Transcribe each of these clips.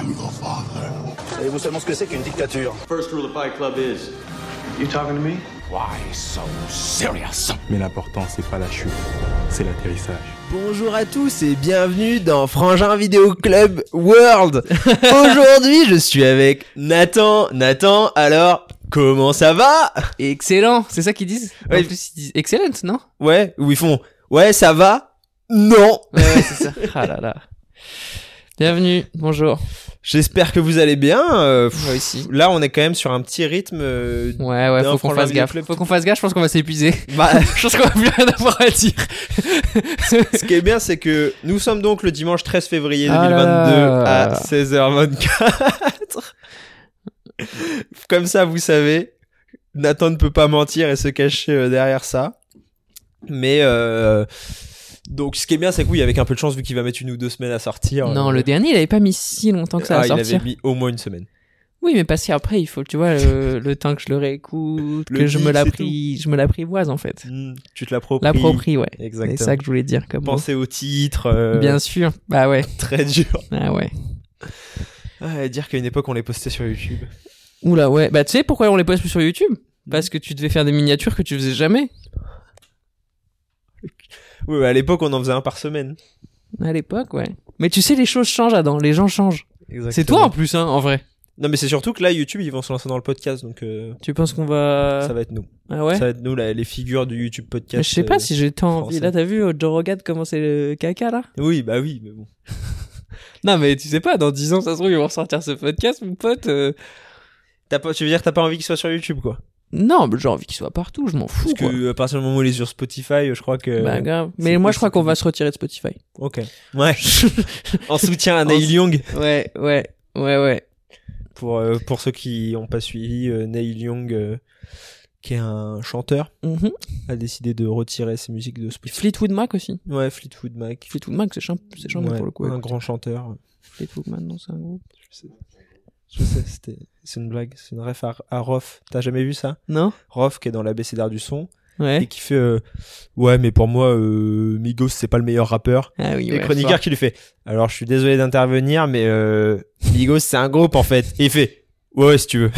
Savez-vous seulement ce que c'est qu'une dictature? First rule of Fight Club is, you talking to me? Why so serious? Mais l'important, c'est pas la chute, c'est l'atterrissage. Bonjour à tous et bienvenue dans Frangin Vidéo Club World. Aujourd'hui, je suis avec Nathan. Nathan, alors, comment ça va? Excellent, c'est ça qu'ils disent? Ouais. En plus, ils disent excellent, non? Ouais, ou ils font ouais, ça va? Non. Ouais, c'est ça. Ah là là. Bienvenue, bonjour. J'espère que vous allez bien. Moi aussi. Là, on est quand même sur un petit rythme. Ouais, d'un faut qu'on Frangin fasse Vidéo gaffe. Club. Faut qu'on fasse gaffe, je pense qu'on va s'épuiser. Bah, Je pense qu'on va plus rien avoir à dire. ce qui est bien, c'est que nous sommes donc le dimanche 13 février 2022 Ah là. à 16h24. Comme ça, vous savez, Nathan ne peut pas mentir et se cacher derrière ça. Mais donc, ce qui est bien, c'est que oui, avec un peu de chance, vu qu'il va mettre 1 ou 2 semaines à sortir. Non, le dernier, il avait pas mis si longtemps que ça à il sortir. avait mis au moins 1 semaine. Oui, mais parce qu'après, il faut, tu vois, le temps que je le réécoute, Le que je me mix et je me l'apprivoise, en fait. Tu te l'appropries. L'approprie, ouais. Exactement. C'est ça que je voulais dire comme mot. Pensez au titre. Bien sûr. Bah ouais. Très dur. Ah ouais. Dire qu'à une époque, on les postait sur YouTube. Oula, ouais. Bah, tu sais pourquoi on les poste plus sur YouTube? Parce que tu devais faire des miniatures que tu faisais jamais. Oui, à l'époque, on en faisait un par semaine. À l'époque, ouais. Mais tu sais, les choses changent, Adam. Les gens changent. Exactement. C'est toi en plus, hein, en vrai. Non, mais c'est surtout que là, YouTube, ils vont se lancer dans le podcast, donc Tu penses qu'on va... ça va être nous. Ah ouais? Ça va être nous, les figures du YouTube podcast. Mais je sais pas si j'ai tant envie. français. Là, t'as vu Joe Rogan comment c'est le caca, là? Oui, bah oui, mais bon. Non, mais tu sais pas, dans 10 ans, ça se trouve, ils vont ressortir ce podcast, mon pote. Tu veux dire que t'as pas envie qu'il soit sur YouTube, quoi? Non, mais j'ai envie qu'il soit partout, je m'en fous, Parce quoi. que à partir du moment où il est sur Spotify, je crois que... Bah, grave. c'est Mais moi, je crois possible. qu'on va se retirer de Spotify. Ok. Ouais. En soutien à Neil Young. Ouais. Pour ceux qui ont pas suivi, Neil Young, qui est un chanteur, Mhm. a décidé de retirer ses musiques de Spotify. Fleetwood Mac aussi. Ouais, Fleetwood Mac. Fleetwood Mac, c'est chiant Ouais, pour le coup. un écoute. grand chanteur. Fleetwood Mac, non, c'est un groupe. Je sais, c'est une blague, c'est une ref à Rof. T'as jamais vu ça? Non? Rof, qui est dans l'abécédaire du son, et Ouais. qui fait ouais, mais pour moi, Migos, c'est pas le meilleur rappeur. Ah oui, Et ouais. chroniqueur fort. qui lui fait, alors je suis désolé d'intervenir, mais Migos, c'est un groupe en fait. Et il fait, ouais, si tu veux.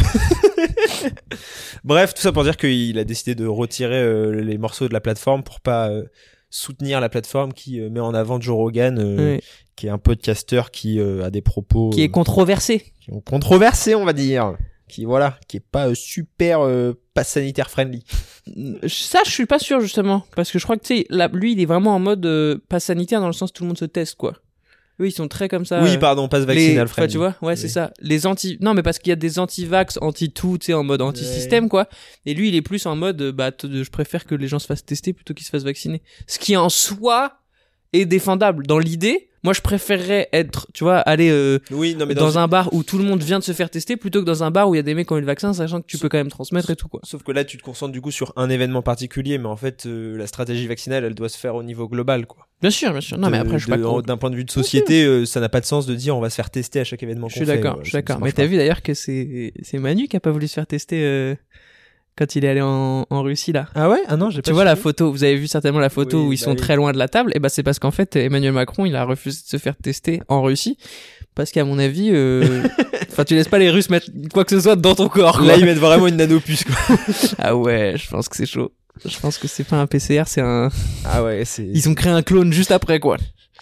Bref, tout ça pour dire qu'il a décidé de retirer les morceaux de la plateforme pour pas soutenir la plateforme qui met en avant Joe Rogan, Ouais. qui est un podcasteur qui a des propos Qui est controversé. qui ont controversé, on va dire, qui est pas super pas sanitaire friendly. Ça, je suis pas sûr, justement. Parce que je crois que, tu sais, là, lui, il est vraiment en mode pas sanitaire dans le sens où tout le monde se teste, quoi. Eux, ils sont très comme ça. Oui, pardon, passe vaccinal Enfin, friendly. tu vois, ouais, c'est ça. Les non, mais parce qu'il y a des anti-vax, anti-tout, tu sais, en mode anti-système, quoi. Et lui, il est plus en mode, je préfère que les gens se fassent tester plutôt qu'ils se fassent vacciner. Ce qui, en soi, est défendable. Dans l'idée, moi, je préférerais être, tu vois, aller Oui, non mais dans un bar où tout le monde vient de se faire tester plutôt que dans un bar où il y a des mecs qui ont eu le vaccin, sachant que tu peux quand même transmettre et tout, quoi. Sauf que là, tu te concentres du coup sur un événement particulier, mais en fait, la stratégie vaccinale, elle doit se faire au niveau global, quoi. Bien sûr. Non, mais après, je suis pas contre. D'un point de vue de société, ça n'a pas de sens de dire on va se faire tester à chaque événement qu'on Je fait. suis d'accord, Ouais, je suis ça d'accord. marche Mais t'as pas. vu d'ailleurs que c'est Manu qui a pas voulu se faire tester quand il est allé en Russie là. Ah ouais? Ah non, j'ai pas Tu vois la suivi. photo, vous avez vu certainement la photo Oui, où ils bah sont oui. très loin de la table. Et bah c'est parce qu'en fait Emmanuel Macron il a refusé de se faire tester en Russie parce qu'à mon avis, enfin tu laisses pas les Russes mettre quoi que ce soit dans ton corps. Quoi. Là, ils mettent vraiment une nanopuce, quoi. Ah ouais, je pense que c'est chaud. Je pense que c'est pas un PCR, c'est un. Ah ouais, c'est... Ils ont créé un clone juste après quoi.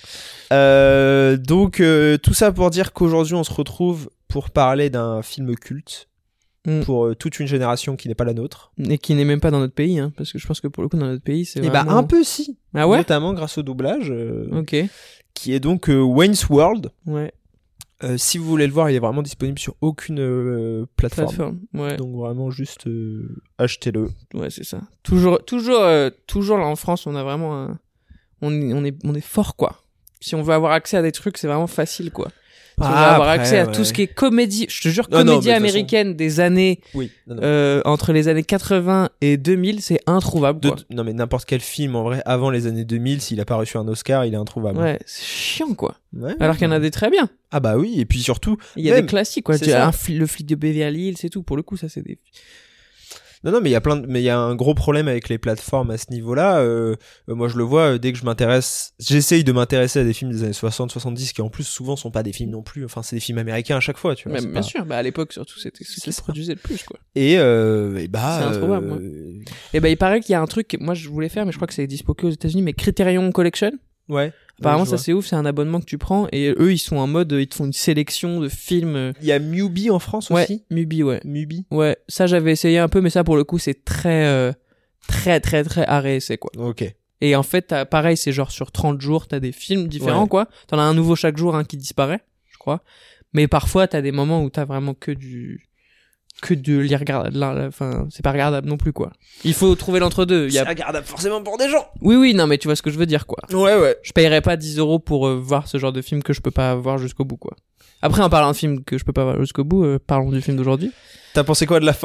Donc, tout ça pour dire qu'aujourd'hui, on se retrouve pour parler d'un film culte pour toute une génération qui n'est pas la nôtre. Et qui n'est même pas dans notre pays, hein, parce que je pense que pour le coup dans notre pays c'est. Et bah, vraiment... un peu si. Ah ouais. Notamment grâce au doublage, Ok. qui est donc Wayne's World. Ouais. Si vous voulez le voir, il est vraiment disponible sur aucune plateforme. Plateforme. Ouais. Donc vraiment juste achetez-le. Ouais, c'est ça. Toujours là en France, on a vraiment on est fort quoi. Si on veut avoir accès à des trucs, c'est vraiment facile quoi. Si on veut avoir accès à tout ce qui est comédie, je te jure, Non, comédie mais de toute américaine des années Oui. Non. entre les années 80 et 2000, c'est introuvable quoi. Non mais n'importe quel film en vrai avant les années 2000, s'il a pas reçu un Oscar, il est introuvable. Ouais, c'est chiant quoi. Ouais. Alors qu'il y en a des très bien. Ah bah oui, et puis surtout Il y a même, des classiques quoi. c'est Tu as ça. le flic de Beverly Hills, c'est tout. Pour le coup, ça c'est des. Non, mais il y a un gros problème avec les plateformes à ce niveau-là. Moi, je le vois dès que j'essaye de m'intéresser à des films des années 60, 70, qui en plus souvent sont pas des films non plus. Enfin, c'est des films américains à chaque fois, tu vois. Même, bien sûr, à l'époque surtout, c'était ce qui se produisait le plus, quoi. Et c'est introuvable, ouais. Et il paraît qu'il y a un truc, moi je voulais faire, mais je crois que c'est dispo que aux États-Unis, mais Criterion Collection. Ouais. Apparemment, ça c'est ouf, c'est un abonnement que tu prends et eux ils sont en mode, ils te font une sélection de films. Il y a Mubi en France ouais, aussi. Mubi, ouais. Mubi. Ouais, ça j'avais essayé un peu, mais ça pour le coup c'est très arrêt, c'est quoi. Ok. Et en fait, pareil, c'est genre sur 30 jours, t'as des films différents, quoi. T'en as un nouveau chaque jour, un qui disparaît, je crois. Mais parfois, t'as des moments où t'as vraiment que de les regarder, enfin, c'est pas regardable non plus, quoi. Il faut trouver l'entre-deux. C'est regardable forcément pour des gens. Oui, non, mais tu vois ce que je veux dire, quoi. Ouais. Je payerais pas 10 € pour voir ce genre de film que je peux pas voir jusqu'au bout, quoi. Après, en parlant de film que je peux pas voir jusqu'au bout, parlons du film d'aujourd'hui. T'as pensé quoi de la fin?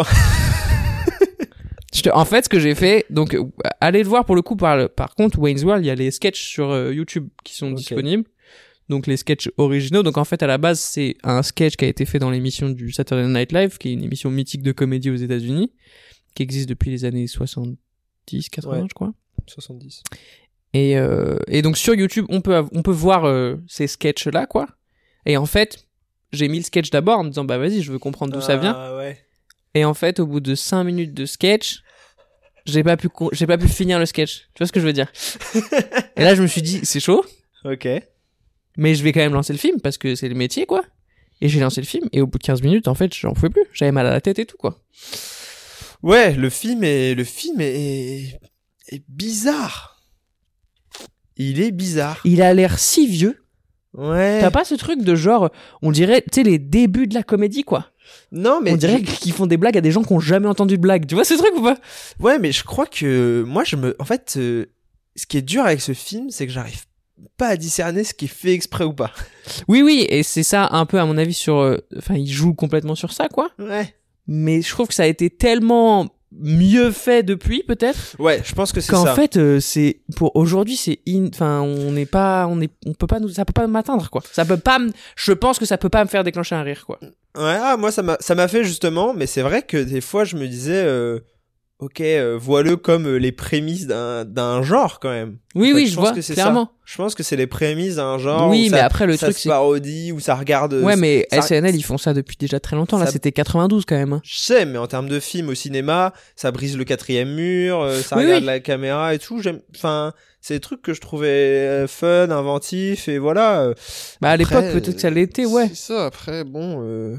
En fait, ce que j'ai fait, donc, allez le voir pour le coup, par contre, Wayne's World, il y a les sketchs sur YouTube qui sont disponibles. Donc les sketchs originaux. Donc en fait à la base c'est un sketch qui a été fait dans l'émission du Saturday Night Live, qui est une émission mythique de comédie aux États-Unis, qui existe depuis les années 70, 80 je crois. 70. Et donc sur YouTube on peut voir ces sketchs là, quoi. Et en fait j'ai mis le sketch d'abord en me disant bah vas-y je veux comprendre d'où ça vient. Ouais. Et en fait au bout de 5 minutes de sketch j'ai pas pu finir le sketch. Tu vois ce que je veux dire? Et là je me suis dit c'est chaud. Ok. Mais je vais quand même lancer le film parce que c'est le métier, quoi. Et j'ai lancé le film et au bout de 15 minutes, en fait, j'en pouvais plus. J'avais mal à la tête et tout, quoi. Ouais, le film est bizarre. Il est bizarre. Il a l'air si vieux. Ouais. T'as pas ce truc de genre, on dirait, tu sais, les débuts de la comédie, quoi. Non, mais on dirait qu'ils font des blagues à des gens qui ont jamais entendu de blagues. Tu vois ce truc ou pas? Ouais, mais je crois que moi, en fait, ce qui est dur avec ce film, c'est que j'arrive pas à discerner ce qui est fait exprès ou pas. Oui, et c'est ça un peu à mon avis sur, enfin, il joue complètement sur ça, quoi. Ouais. Mais je trouve que ça a été tellement mieux fait depuis, peut-être. Ouais, je pense que c'est qu'en ça. fait, c'est pour aujourd'hui, enfin, on peut pas ça peut pas m'atteindre, quoi. Je pense que ça peut pas me faire déclencher un rire, quoi. Ouais, moi ça m'a fait justement, mais c'est vrai que des fois je me disais ok, vois-le comme les prémices d'un genre quand même. Oui, en fait, je vois, que c'est clairement. Ça. Je pense que c'est les prémices d'un genre. Oui, où mais ça, après le ça truc se parodie ou ça regarde. Ouais, mais SNL ils font ça depuis déjà très longtemps. Là, c'était 92 quand même. Je sais, mais en termes de film au cinéma, ça brise le 4e mur, ça regarde la caméra et tout. Enfin, c'est des trucs que je trouvais fun, inventifs et voilà. Bah à l'époque peut-être que ça l'était, ouais. C'est ça. Après, bon.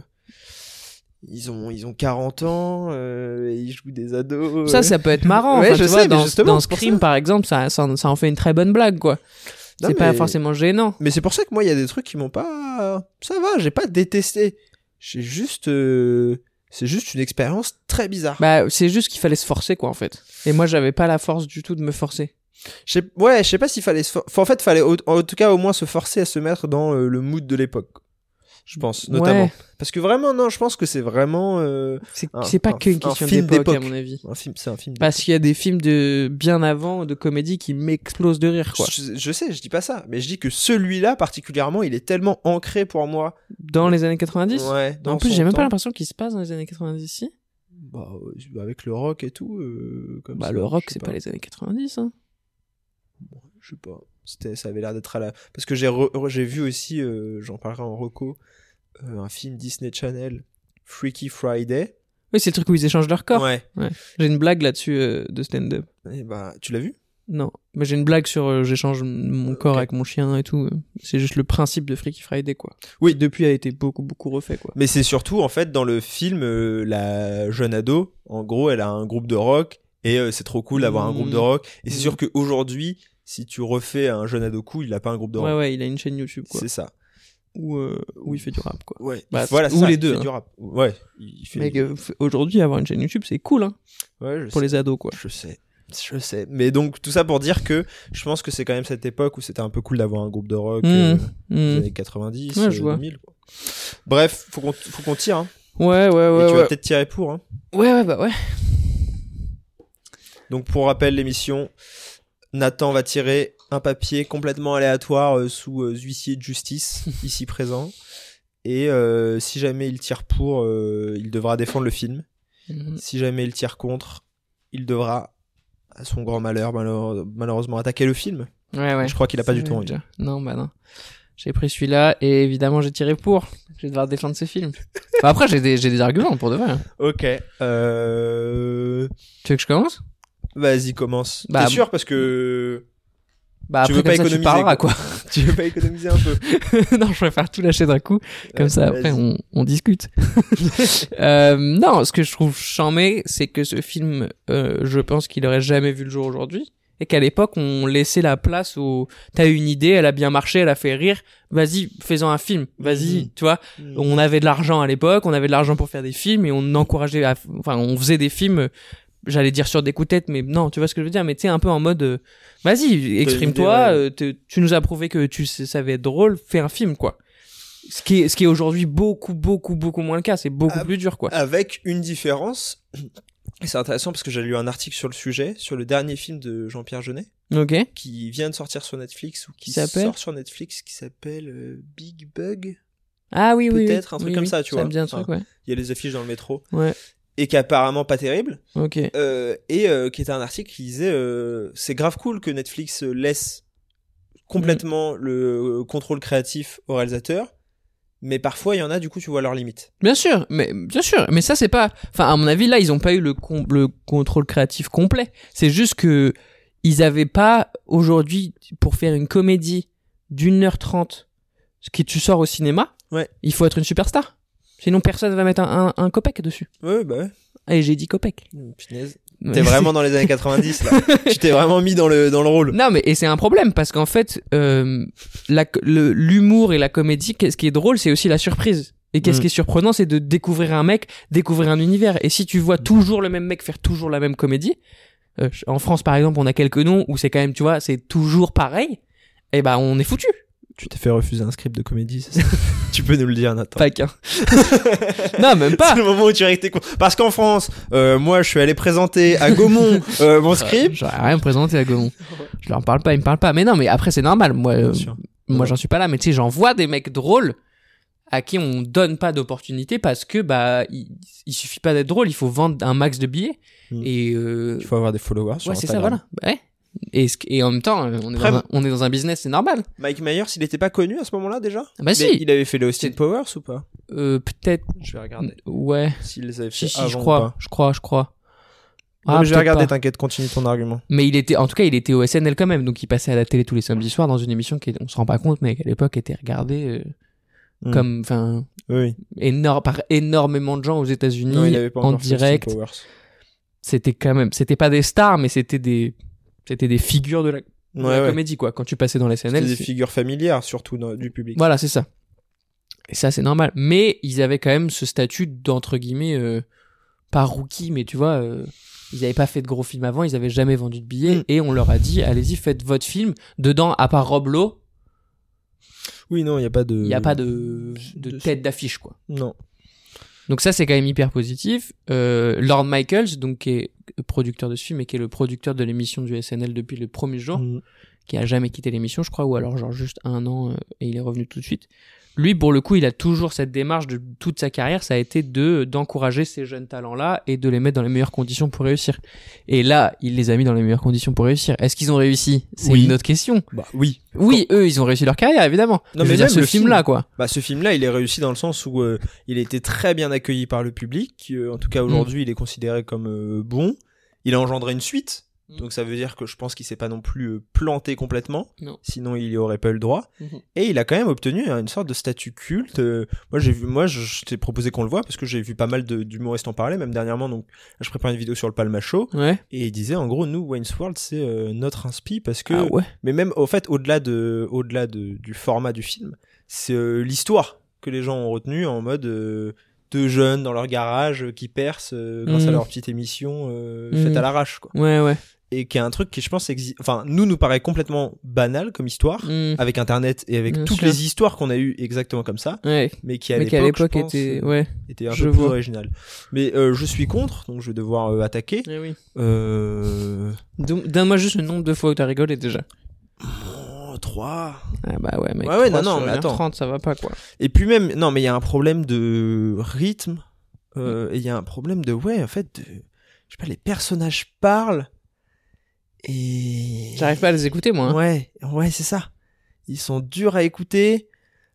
Ils ont 40 ans, et ils jouent des ados. Ça peut être marrant. Ouais, enfin, je sais, mais dans Scream, par exemple, ça en fait une très bonne blague, quoi. Non, c'est pas forcément gênant. Mais c'est pour ça que moi, il y a des trucs qui m'ont pas... Ça va, j'ai pas détesté. C'est juste une expérience très bizarre. Bah, c'est juste qu'il fallait se forcer, quoi, en fait. Et moi, j'avais pas la force du tout de me forcer. Je sais pas s'il fallait en fait, fallait en tout cas au moins se forcer à se mettre dans le mood de l'époque. Je pense, notamment. Ouais. Parce que vraiment, non, je pense que c'est vraiment... c'est pas qu'une question d'époque, à mon avis. C'est un film Parce qu'il y a des films de bien avant, de comédie, qui m'explosent de rire, quoi. Je sais, je dis pas ça. Mais je dis que celui-là, particulièrement, il est tellement ancré pour moi. Dans les années 90? Ouais. En plus, j'ai même pas l'impression qu'il se passe dans les années 90 ici. Bah, avec le rock et tout, comme bah, ça, le rock, c'est pas les années 90, hein. Bon, je sais pas. Ça avait l'air d'être à la... Parce que j'ai vu aussi, j'en parlerai en reco, un film Disney Channel, Freaky Friday. Oui, c'est le truc où ils échangent leur corps. Ouais. J'ai une blague là-dessus de stand-up. Et bah, tu l'as vu? Non. Mais j'ai une blague sur j'échange mon corps avec mon chien et tout. C'est juste le principe de Freaky Friday, quoi. Oui. Qui, depuis, a été beaucoup, beaucoup refait, quoi. Mais c'est surtout, en fait, dans le film, la jeune ado, en gros, elle a un groupe de rock et c'est trop cool d'avoir un groupe de rock. Et c'est sûr qu'aujourd'hui, si tu refais un jeune ado cool, il a pas un groupe de rock. Ouais, il a une chaîne YouTube, quoi. C'est ça. Où il fait du rap, quoi. Ouais. Bah, voilà, ou ça, les deux. Il fait du rap. Ouais. Il fait... Mec, aujourd'hui, avoir une chaîne YouTube, c'est cool, hein. Ouais, pour les ados, quoi. Je sais. Mais donc, tout ça pour dire que je pense que c'est quand même cette époque où c'était un peu cool d'avoir un groupe de rock des années 90, ouais, 2000, quoi. Bref, faut qu'on tire, hein. Ouais. Et tu vas peut-être tirer pour, hein. Ouais. Donc, pour rappel, l'émission, Nathan va tirer un papier complètement aléatoire sous huissier de justice, ici présent. Et si jamais il tire pour, il devra défendre le film. Si jamais il tire contre, il devra, à son grand malheur, malheureusement, attaquer le film. Ouais. Je crois qu'il a pas du tout envie. Non, bah non. J'ai pris celui-là et évidemment j'ai tiré pour. Je vais devoir défendre ce film. Enfin, après j'ai des arguments pour de vrai. Hein. Ok. Tu veux que je commence? Vas-y, commence. Bah, T'es sûr parce que Bah tu après veux comme pas ça économiser, tu parleras quoi. tu veux pas économiser un peu. Non, je préfère tout lâcher d'un coup. Comme ça après vas-y. on discute. Non, ce que je trouve charmé, c'est que ce film, je pense qu'il aurait jamais vu le jour aujourd'hui. Et qu'à l'époque, on laissait la place au... T'as une idée, elle a bien marché, elle a fait rire. Vas-y, fais-en un film. Vas-y, tu vois. On avait de l'argent à l'époque, on avait de l'argent pour faire des films et on encourageait enfin, on faisait des films, j'allais dire sur des coups de tête, mais non, tu vois ce que je veux dire. Mais tu sais, un peu en mode, vas-y, exprime-toi, tu nous as prouvé que tu savais être drôle, fais un film, quoi. Ce qui est aujourd'hui beaucoup moins le cas. C'est beaucoup plus dur, quoi. Avec une différence. Et c'est intéressant parce que j'ai lu un article sur le sujet, sur le dernier film de Jean-Pierre Jeunet, Ok. qui vient de sortir sur Netflix ou qui s'appelle sort sur Netflix, qui s'appelle Big Bug. Ah oui, oui. Peut-être un truc comme ça, tu vois. Ça me dit un truc, ouais. Il y a les affiches dans le métro. Ouais. Et qui est apparemment pas terrible. Ok. Qui était un article qui disait c'est grave cool que Netflix laisse complètement le contrôle créatif au réalisateur. Mais parfois, il y en a, du coup, tu vois leurs limites. Bien sûr, mais ça c'est pas, enfin à mon avis là ils ont pas eu le contrôle créatif complet. C'est juste que ils avaient pas aujourd'hui pour faire une comédie d'1h30 ce qui tu sors au cinéma. Ouais. Il faut être une superstar. Sinon personne va mettre un copec dessus. Ouais, bah ouais. Et j'ai dit copec. Punaise. T'es vraiment dans les années 90 là. Tu t'es vraiment mis dans le rôle. Non mais et c'est un problème parce qu'en fait l'humour et la comédie, qu'est-ce qui est drôle, c'est aussi la surprise. Et qu'est-ce qui est surprenant, c'est de découvrir un mec, découvrir un univers. Et si tu vois toujours le même mec faire toujours la même comédie, en France par exemple, on a quelques noms où c'est quand même, tu vois, c'est toujours pareil. Et ben on est foutu. Tu t'es fait refuser un script de comédie, c'est ça? Tu peux nous le dire, Nathan. Pas qu'un. Non, même pas. C'est le moment où tu as été con. Parce qu'en France, moi, je suis allé présenter à Gaumont mon script. J'aurais rien présenté à Gaumont. Je leur parle pas, ils me parlent pas. Mais non, mais après, c'est normal. Moi, j'en suis pas là. Mais tu sais, j'en vois des mecs drôles à qui on donne pas d'opportunité parce que, bah, il suffit pas d'être drôle. Il faut vendre un max de billets. Et, il faut avoir des followers sur Instagram. Ouais, c'est ça, voilà. Ouais. Et en même temps, on est dans un business, c'est normal. Mike Myers, il était pas connu à ce moment-là déjà? Bah si. Il avait fait le Austin Powers ou pas? Peut-être. Je vais regarder. Ouais. S'il les avait fait Si, avant je crois. Ah, mais je vais regarder, pas. T'inquiète, continue ton argument. Mais en tout cas, il était au SNL quand même, donc il passait à la télé tous les samedis soirs dans une émission qui, on se rend pas compte, mais qui à l'époque était regardée comme, enfin, par énormément de gens aux États-Unis, en direct. C'était quand même, c'était pas des stars, mais c'était des figures de la comédie, quoi. Quand tu passais dans les SNL. C'était des figures familières, surtout du public. Voilà, c'est ça. Et ça, c'est normal. Mais ils avaient quand même ce statut d'entre guillemets, pas rookie, mais tu vois, ils avaient pas fait de gros films avant, ils avaient jamais vendu de billets, et on leur a dit, allez-y, faites votre film. Dedans, à part Rob Lowe. Oui, non, il y a pas de tête d'affiche, quoi. Non. Donc ça, c'est quand même hyper positif. Lord Michaels, donc, qui est producteur de ce film et qui est le producteur de l'émission du SNL depuis le premier jour, qui a jamais quitté l'émission, je crois, ou alors genre juste 1 an, et il est revenu tout de suite. Lui, pour le coup, il a toujours cette démarche de toute sa carrière, ça a été d'encourager ces jeunes talents-là et de les mettre dans les meilleures conditions pour réussir. Et là, il les a mis dans les meilleures conditions pour réussir. Est-ce qu'ils ont réussi? C'est une autre question. Bah oui. Oui, eux, ils ont réussi leur carrière, évidemment. Non, mais ce film-là, quoi. Bah, ce film-là, il est réussi dans le sens où il a été très bien accueilli par le public. En tout cas, aujourd'hui, il est considéré comme bon. Il a engendré une suite. Donc ça veut dire que je pense qu'il s'est pas non plus planté complètement. Non. Sinon il y aurait pas eu le droit. Et il a quand même obtenu une sorte de statut culte. Moi je t'ai proposé qu'on le voit parce que j'ai vu pas mal d'humoristes en parler, même dernièrement. Donc je prépare une vidéo sur le Palma Show. Ouais. Et il disait en gros, nous Wayne's World c'est notre inspi parce que. Ah ouais. Mais même au fait au-delà du format du film, c'est l'histoire que les gens ont retenue en mode deux jeunes dans leur garage qui percent grâce à leur petite émission faite à l'arrache, quoi. Ouais. Et qui est un truc qui, je pense, nous paraît complètement banal comme histoire, avec Internet et avec toutes les histoires qu'on a eues exactement comme ça, mais qui à l'époque je pense, était un peu plus original. Mais je suis contre, donc je vais devoir attaquer. Donne-moi juste le nombre de fois où t'as rigolé déjà. 3. Ah bah ouais, mec. Ouais, non, mais attends. 30, ça va pas, quoi. Et puis même, non, mais il y a un problème de rythme. Et il y a un problème de en fait, je sais pas, les personnages parlent et J'arrive pas à les écouter, moi. Hein. Ouais, c'est ça. Ils sont durs à écouter.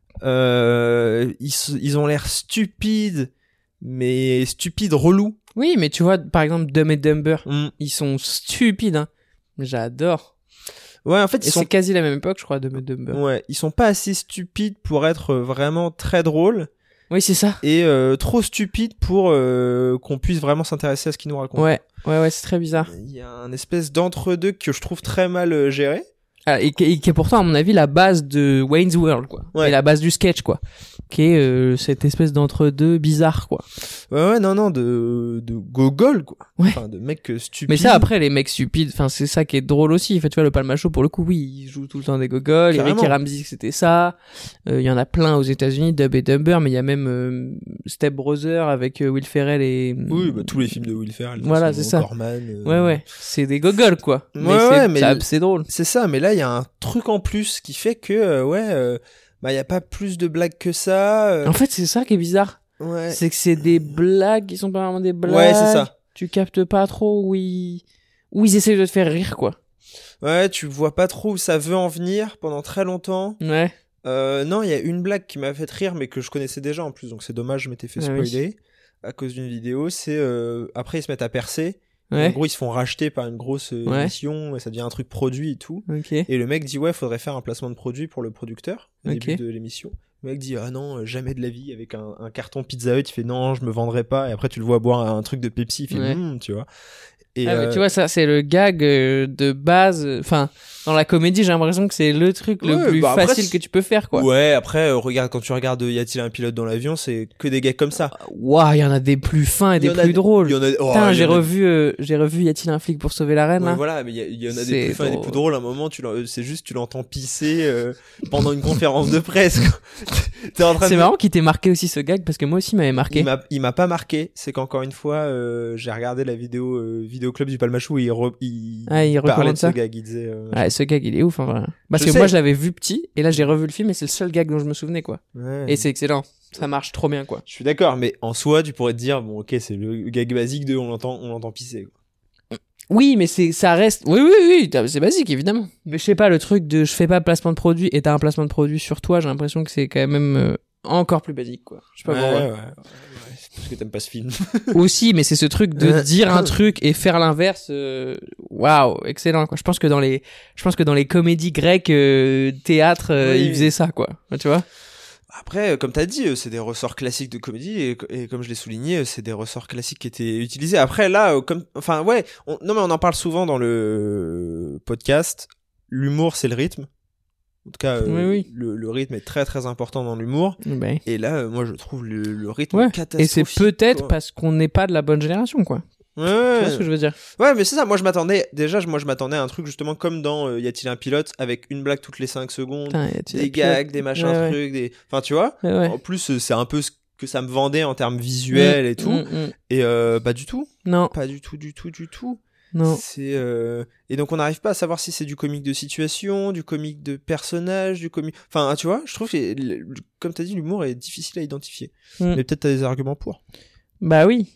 Ils ont l'air stupides, mais stupides relous. Oui, mais tu vois, par exemple, Dumb and Dumber, ils sont stupides. Hein. J'adore. Ouais, en fait, Et c'est quasi la même époque, je crois, Dumb and Dumber. Ouais, ils sont pas assez stupides pour être vraiment très drôles. Oui, c'est ça. Et trop stupides pour qu'on puisse vraiment s'intéresser à ce qu'ils nous racontent. Ouais, c'est très bizarre. Il y a un espèce d'entre-deux que je trouve très mal géré. Ah, et qui est pourtant, à mon avis, la base de Wayne's World, quoi. Ouais. Et la base du sketch, quoi. Qui est cette espèce d'entre-deux bizarre, quoi. Ouais, non, de gogol, quoi. Ouais. Enfin, de mecs stupides. Mais ça, après, les mecs stupides, enfin, c'est ça qui est drôle aussi. En fait, tu vois, le Palma Show, pour le coup, oui, il joue tout le temps des gogols. Carrément. Ricky Ramsey, c'était ça. Il y en a plein aux États-Unis, Dumb and Dumber, mais il y a même Step Brother avec Will Ferrell et... Oui, bah, tous les films de Will Ferrell. Voilà, c'est ça. Corman, Ouais. C'est des gogols, quoi. Ouais, mais c'est drôle. C'est ça, mais là, il y a un truc en plus qui fait que, bah, il y a pas plus de blagues que ça. En fait, c'est ça qui est bizarre. Ouais. C'est que c'est des blagues qui sont pas vraiment des blagues. Ouais, c'est ça. Tu captes pas trop où ils essayent de te faire rire, quoi. Ouais, tu vois pas trop où ça veut en venir pendant très longtemps. Ouais. Non, il y a une blague qui m'a fait rire, mais que je connaissais déjà en plus, donc c'est dommage, je m'étais fait spoiler à cause d'une vidéo. C'est après ils se mettent à percer. Ouais. En gros, ils se font racheter par une grosse émission, et ça devient un truc produit et tout. Okay. Et le mec dit faudrait faire un placement de produit pour le producteur au début de l'émission. Le mec dit ah non, jamais de la vie, avec un carton Pizza Hut. Il fait non, je me vendrai pas. Et après tu le vois boire un truc de Pepsi, il fait tu vois. Et mais tu vois, ça c'est le gag de base. Enfin, dans la comédie, j'ai l'impression que c'est le truc le plus facile que tu peux faire, quoi. Ouais, après regarde, quand tu regardes Y a-t-il un pilote dans l'avion, c'est que des gags comme ça. Waouh, il y en a des plus fins et des plus drôles. Putain, j'ai revu Y a-t-il un flic pour sauver la reine, là. Voilà, mais il y en a des plus fins et des plus drôles. À un moment, c'est juste tu l'entends pisser pendant une conférence de presse, quoi. T'es en train c'est marrant qu'il t'ait marqué aussi ce gag, parce que moi aussi il m'avait marqué. Il m'a pas marqué, c'est qu'encore une fois j'ai regardé la vidéo club du Palma Show où il parlait de ce gag, il disait ce gag il est ouf en vrai. Parce que moi je l'avais vu petit et là j'ai revu le film et c'est le seul gag dont je me souvenais, quoi. Ouais. Et c'est excellent, ça marche trop bien, quoi. Je suis d'accord, mais en soi tu pourrais te dire bon ok, c'est le gag basique de on l'entend pisser, quoi. Oui, mais ça reste. Oui, c'est basique, évidemment. Mais je sais pas, le truc de je fais pas placement de produit et t'as un placement de produit sur toi, j'ai l'impression que c'est quand même encore plus basique, quoi. Je sais pas pourquoi. Ouais. C'est parce que t'aimes pas ce film. Aussi, mais c'est ce truc de dire un truc et faire l'inverse. Waouh, excellent, quoi. Je pense que dans les comédies grecques, théâtre, ils faisaient ça, quoi. Tu vois. Après, comme t'as dit, c'est des ressorts classiques de comédie et comme je l'ai souligné, c'est des ressorts classiques qui étaient utilisés. Après, là, mais on en parle souvent dans le podcast. L'humour, c'est le rythme. En tout cas, le rythme est très très important dans l'humour. Ben. Et là, moi, je trouve le rythme catastrophique. Et c'est peut-être parce qu'on n'est pas de la bonne génération, quoi. Ouais. Tu vois ce que je veux dire? Ouais, mais c'est ça. Moi, je m'attendais à un truc justement comme dans Y a-t-il un pilote, avec une blague toutes les 5 secondes, des gags, des machins, trucs, des. Enfin, tu vois. En plus, c'est un peu ce que ça me vendait en termes visuels et tout. Et pas du tout. Non. Pas du tout. Non. Et donc on n'arrive pas à savoir si c'est du comique de situation, du comique de personnage, du comique. Enfin, tu vois, je trouve que comme t'as dit, l'humour est difficile à identifier. Mais peut-être t'as des arguments pour. Bah oui.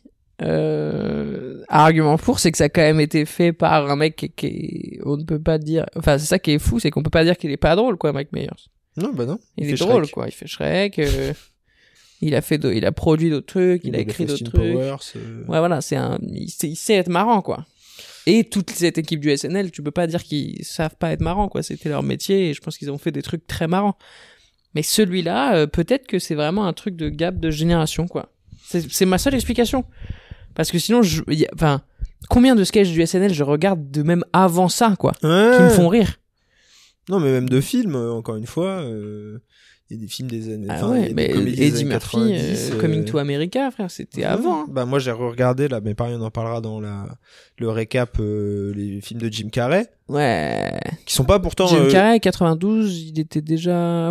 Argument pour, c'est que ça a quand même été fait par un mec qui on ne peut pas dire. Enfin, c'est ça qui est fou, c'est qu'on peut pas dire qu'il est pas drôle, quoi, Mike Myers. Non, bah non. Il est drôle, quoi. Il fait Shrek. Il a produit d'autres trucs, il a écrit d'autres trucs. Powers, Ouais, voilà, il sait être marrant, quoi. Et toute cette équipe du SNL, tu peux pas dire qu'ils savent pas être marrants, quoi. C'était leur métier et je pense qu'ils ont fait des trucs très marrants. Mais celui-là, peut-être que c'est vraiment un truc de gap de génération, quoi. C'est ma seule explication. Parce que sinon, combien de sketchs du SNL je regarde de même avant ça, quoi, qui me font rire. Non, mais même de films, encore une fois. Il y a des films des années. Ah ouais, mais Eddie Murphy, Coming to America, frère, c'était avant. Hein. Bah moi j'ai regardé là, mais pareil, on en parlera dans le récap, les films de Jim Carrey. Ouais. Qui sont pas pourtant. Jim Carrey 92, il était déjà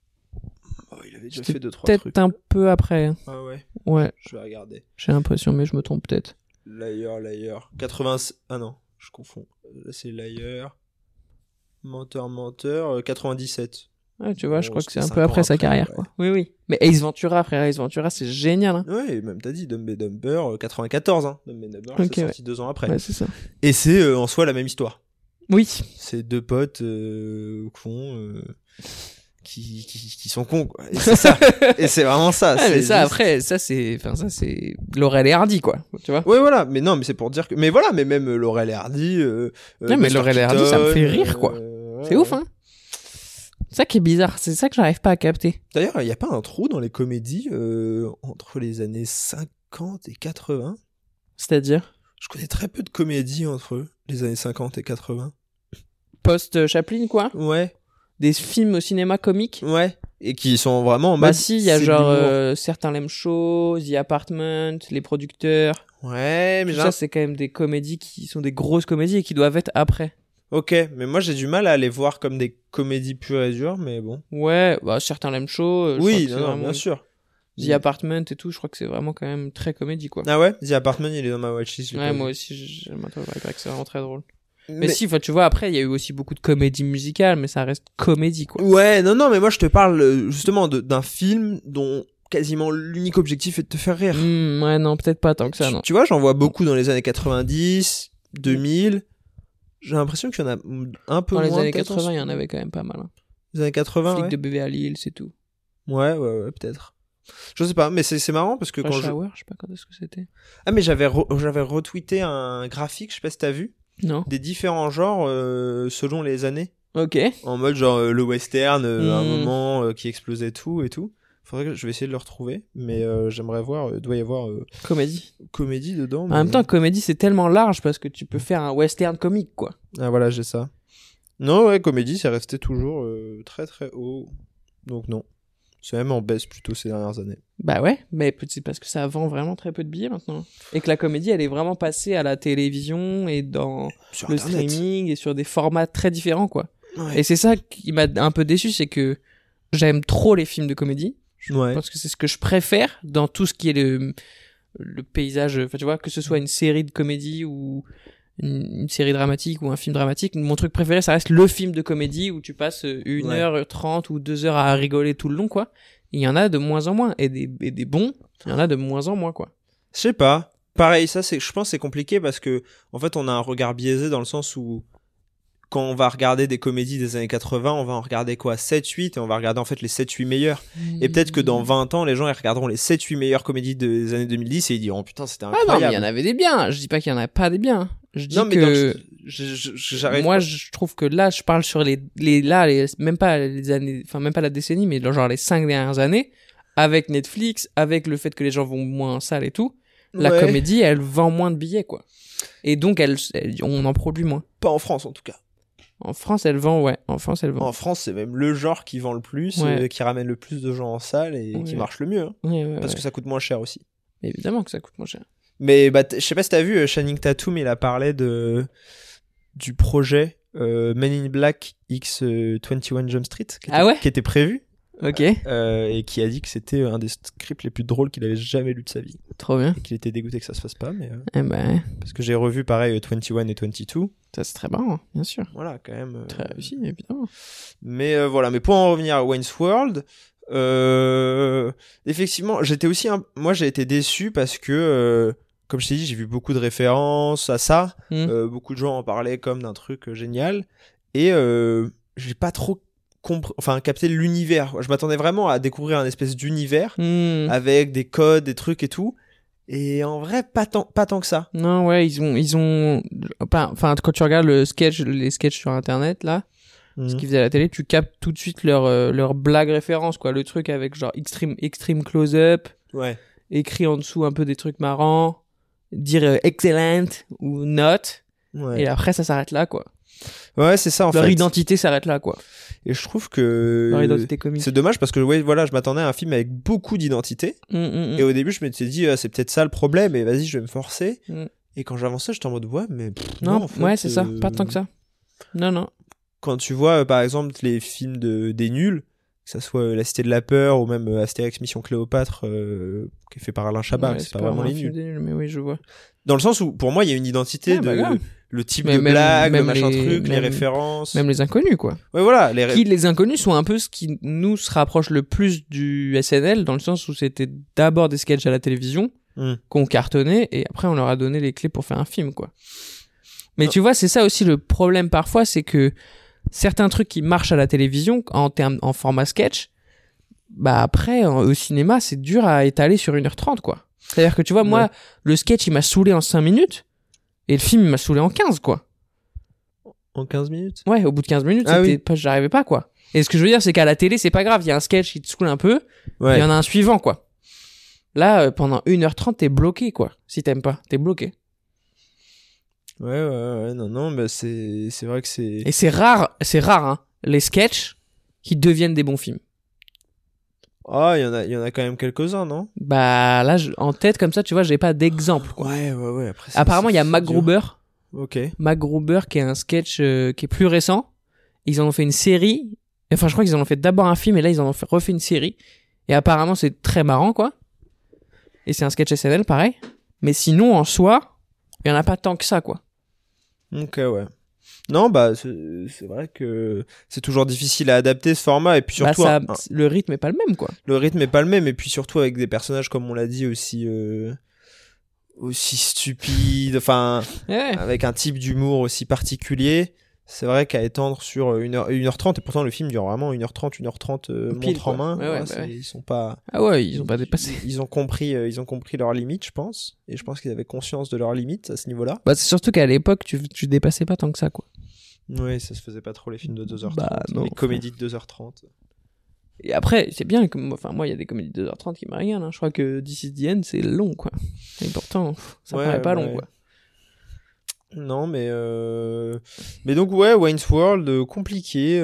il avait déjà fait 2-3 trucs. Peut-être un peu après. Hein. Ah ouais. Ouais. Je vais regarder. J'ai l'impression, mais je me trompe peut-être. Liar. 80. Ah non, je confonds. Là c'est Liar. Menteur. 97. Ouais, tu vois, je Bon, crois que c'est c'était un peu 5 ans après sa après, carrière, ouais. quoi. Oui, oui. Mais Ace Ventura, frère, Ace Ventura, c'est génial, hein. Ouais, et même t'as dit Dumb and Dumber 94, hein. Dumb and Dumber, Ok, c'est sorti 2 ans après. Ouais, c'est ça. Et c'est en soi la même histoire. Oui. C'est deux potes cons qui sont cons, quoi. Et c'est ça. Et c'est vraiment ça. Ouais, c'est mais ça, juste- après, ça, c'est Laurel et Hardy, quoi. Tu vois? Ouais, voilà. Mais non, mais c'est pour dire que. Mais voilà, mais même Laurel et Hardy. Ouais, mais Buster Laurel et Hardy, ça me fait rire, quoi. ouais, C'est ouf, hein? C'est ça qui est bizarre. C'est ça que j'arrive pas à capter. D'ailleurs, il n'y a pas un trou dans les comédies entre les années 50 et 80. C'est-à-dire? Je connais très peu de comédies entre les années 50 et 80. Post-Chaplin, quoi? Ouais, Des films au cinéma comique? ouais. Et qui sont vraiment en Bah mode. si, il y a c'est de genre l'humour. Certains l'aiment chaud, The Apartment, Les Producteurs. Ouais, mais Tout j'ai ça, c'est quand même des comédies qui sont des grosses comédies et qui doivent être après. Ok, mais moi j'ai du mal à les voir comme des comédies pures et dures, mais bon. Ouais, bah Certains l'aiment chaud. Je crois Oui, que c'est non, non, vraiment- bien sûr. The Apartment et tout, je crois que c'est vraiment quand même très comédie, quoi. Ah ouais, The Apartment, il est dans ma watchlist. je l'ai Ouais, pas moi vu. aussi, j'aime trop, il paraît que c'est vraiment très drôle. Mais si, enfin, tu vois, après, il y a eu aussi beaucoup de comédies musicales, mais ça reste comédie, quoi. Ouais, non, non, mais moi je te parle justement d'un film dont quasiment l'unique objectif est de te faire rire. Ouais, non, peut-être pas tant que ça, non. Tu vois, j'en vois beaucoup dans les années 90, 2000. J'ai l'impression qu'il y en a un peu Dans les moins. années peut-être, 80, il y en avait quand même pas mal. Hein. Les années 80, Flic ouais. de Beverly Hills, c'est tout. Ouais, peut-être. Je sais pas, mais c'est marrant parce que quand Rush je... Hour, je sais pas quand est-ce que c'était. Ah, mais j'avais retweeté un graphique, je sais pas si t'as vu, Non. des différents genres selon les années. Ok. En mode genre le western, à un Mm. moment qui explosait tout et tout. Faudrait que je vais essayer de le retrouver, mais j'aimerais voir, doit y avoir Comédie. comédie dedans. En mais- même temps, comédie, c'est tellement large parce que tu peux faire un western comique, quoi. Ah voilà, j'ai ça. Non, ouais, comédie, c'est resté toujours très très haut. Donc non. C'est même en baisse plutôt ces dernières années. Bah ouais, mais c'est parce que ça vend vraiment très peu de billets maintenant. Et que la comédie, elle est vraiment passée à la télévision et dans Sur le Internet. streaming et sur des formats très différents, quoi. Ouais. Et c'est ça qui m'a un peu déçu, c'est que j'aime trop les films de comédie. Ouais. Parce que c'est ce que je préfère dans tout ce qui est le paysage. Enfin, tu vois, que ce soit une série de comédie ou une série dramatique ou un film dramatique. Mon truc préféré, ça reste le film de comédie où tu passes 1h30 ou 2 heures à rigoler tout le long, quoi. Il y en a de moins en moins. Et des bons, il y en a de moins en moins, quoi. Je sais pas. Pareil, ça, je pense que c'est compliqué parce que, en fait, on a un regard biaisé dans le sens où, quand on va regarder des comédies des années 80, on va en regarder quoi? 7, 8, et on va regarder en fait les 7, 8 meilleurs. Et peut-être que dans 20 ans, les gens, ils regarderont les 7, 8 meilleures comédies des années 2010 et ils diront, putain, c'était Ah incroyable. non, mais il y en avait des biens. Je dis pas qu'il y en a pas des biens. Je dis Non, mais que j'arrive moi pas- je trouve que là je parle sur même pas les années, enfin même pas la décennie, mais genre les 5 dernières années, avec Netflix, avec le fait que les gens vont moins en salle et tout, la Ouais. comédie elle vend moins de billets, quoi. Et donc on en produit moins. Pas en France, en tout cas. En France elle vend, ouais. En France elle vend. En France, c'est même le genre qui vend le plus, Ouais. qui ramène le plus de gens en salle et qui Ouais. marche le mieux. Hein, Ouais, ouais, parce ouais. que ça coûte moins cher aussi. Évidemment que ça coûte moins cher. Mais bah, je sais pas si t'as vu, Channing Tatum, il a parlé du projet Men in Black X 21 Jump Street Ah ouais qui était prévu Ok. et qui a dit que c'était un des scripts les plus drôles qu'il avait jamais lu de sa vie Trop bien. et qu'il était dégoûté que ça se fasse pas, mais Eh ben parce que j'ai revu pareil 21 et 22, ça c'est très marrant, bien sûr. voilà quand même. Très réussi, évidemment. Mais voilà, mais pour en revenir à Wayne's World, effectivement, j'étais aussi moi j'ai été déçu parce que comme je t'ai dit, j'ai vu beaucoup de références à ça. Beaucoup de gens en parlaient comme d'un truc génial et j'ai pas trop capté l'univers. Je m'attendais vraiment à découvrir un espèce d'univers avec des codes, des trucs et tout. Et en vrai, pas tant que ça. Non, ouais, ils ont, enfin, quand tu regardes les sketchs sur internet, là, ce qu'ils faisaient à la télé, tu captes tout de suite leur blague référence, quoi. Le truc avec genre extreme close-up, Ouais. écrit en dessous un peu des trucs marrants, dire excellent ou not, Ouais. et après ça s'arrête là, quoi. Ouais, c'est ça en Leur fait. identité s'arrête là, quoi. Et je trouve que Leur identité comique. c'est dommage parce que ouais, voilà, je m'attendais à un film avec beaucoup d'identité. Et au début, je m'étais dit, c'est peut-être ça le problème, et vas-y, je vais me forcer. Et quand j'avançais, j'étais en mode, ouais, mais Non, en fait, ouais, c'est ça, pas tant que ça. Non. Quand tu vois, par exemple, les films des nuls, que ça soit La Cité de la Peur ou même Astérix Mission Cléopâtre, qui est fait par Alain Chabat, Ouais, c'est pas vraiment un les film nuls. des nuls, mais oui, je vois. Dans le sens où, pour moi, il y a une identité Ouais, bah, grave. le type Mais de même- blague, le même machin les- truc, les même- références. Même les inconnus, quoi. Ouais, voilà, Qui, les inconnus sont un peu ce qui nous se rapproche le plus du SNL, dans le sens où c'était d'abord des sketchs à la télévision, qu'on cartonnait, et après on leur a donné les clés pour faire un film, quoi. Mais tu vois, c'est ça aussi le problème parfois, c'est que certains trucs qui marchent à la télévision, en format sketch, bah après, au cinéma, c'est dur à étaler sur 1h30, quoi. C'est-à-dire que tu vois, moi, le sketch, il m'a saoulé en 5 minutes, et le film, il m'a saoulé en 15, quoi. En 15 minutes? Ouais, au bout de 15 minutes, Ah oui. j'arrivais pas, quoi. Et ce que je veux dire, c'est qu'à la télé, c'est pas grave, il y a un sketch qui te saoule un peu, Ouais. il y en a un suivant, quoi. Là, pendant 1h30, t'es bloqué, quoi. Si t'aimes pas, t'es bloqué. Ouais, non, bah c'est vrai que c'est... Et c'est rare, hein, les sketchs qui deviennent des bons films. Ah, il y en a quand même quelques-uns, non? Bah, là, en tête, comme ça, tu vois, j'ai pas d'exemple, quoi. Ouais, après ça, Apparemment, il y a c'est MacGruber. dur. Ok. MacGruber, qui est un sketch qui est plus récent. Ils en ont fait une série. Enfin, je crois qu'ils en ont fait d'abord un film, et là, ils en ont refait une série. Et apparemment, c'est très marrant, quoi. Et c'est un sketch SNL, pareil. Mais sinon, en soi, il y en a pas tant que ça, quoi. Ok, ouais. Non, bah, c'est vrai que c'est toujours difficile à adapter ce format, et puis Bah, surtout, le rythme est pas le même, quoi. le rythme est pas le même, et puis surtout avec des personnages, comme on l'a dit, aussi stupides, enfin, Ouais. avec un type d'humour aussi particulier. C'est vrai qu'à étendre sur 1h30, et pourtant le film dure vraiment 1h30, 1h30 Pile, montre en quoi. main. Ouais, Voilà, bah ouais. ils sont pas... Ah ouais, ils ont pas dépassé. Ils ont compris leurs limites, je pense. Et je pense qu'ils avaient conscience de leurs limites à ce niveau-là. Bah, c'est surtout qu'à l'époque, tu dépassais pas tant que ça, quoi. Ouais, ça se faisait pas trop les films de 2h30. Bah, non, les comédies de 2h30. Et après, c'est bien que, enfin, moi, il y a des comédies de 2h30 qui me regardent, hein. Je crois que This is the End, c'est long, quoi. Et pourtant, ça Ouais, paraît pas long, ouais. quoi. Non, mais donc ouais, Wayne's World, compliqué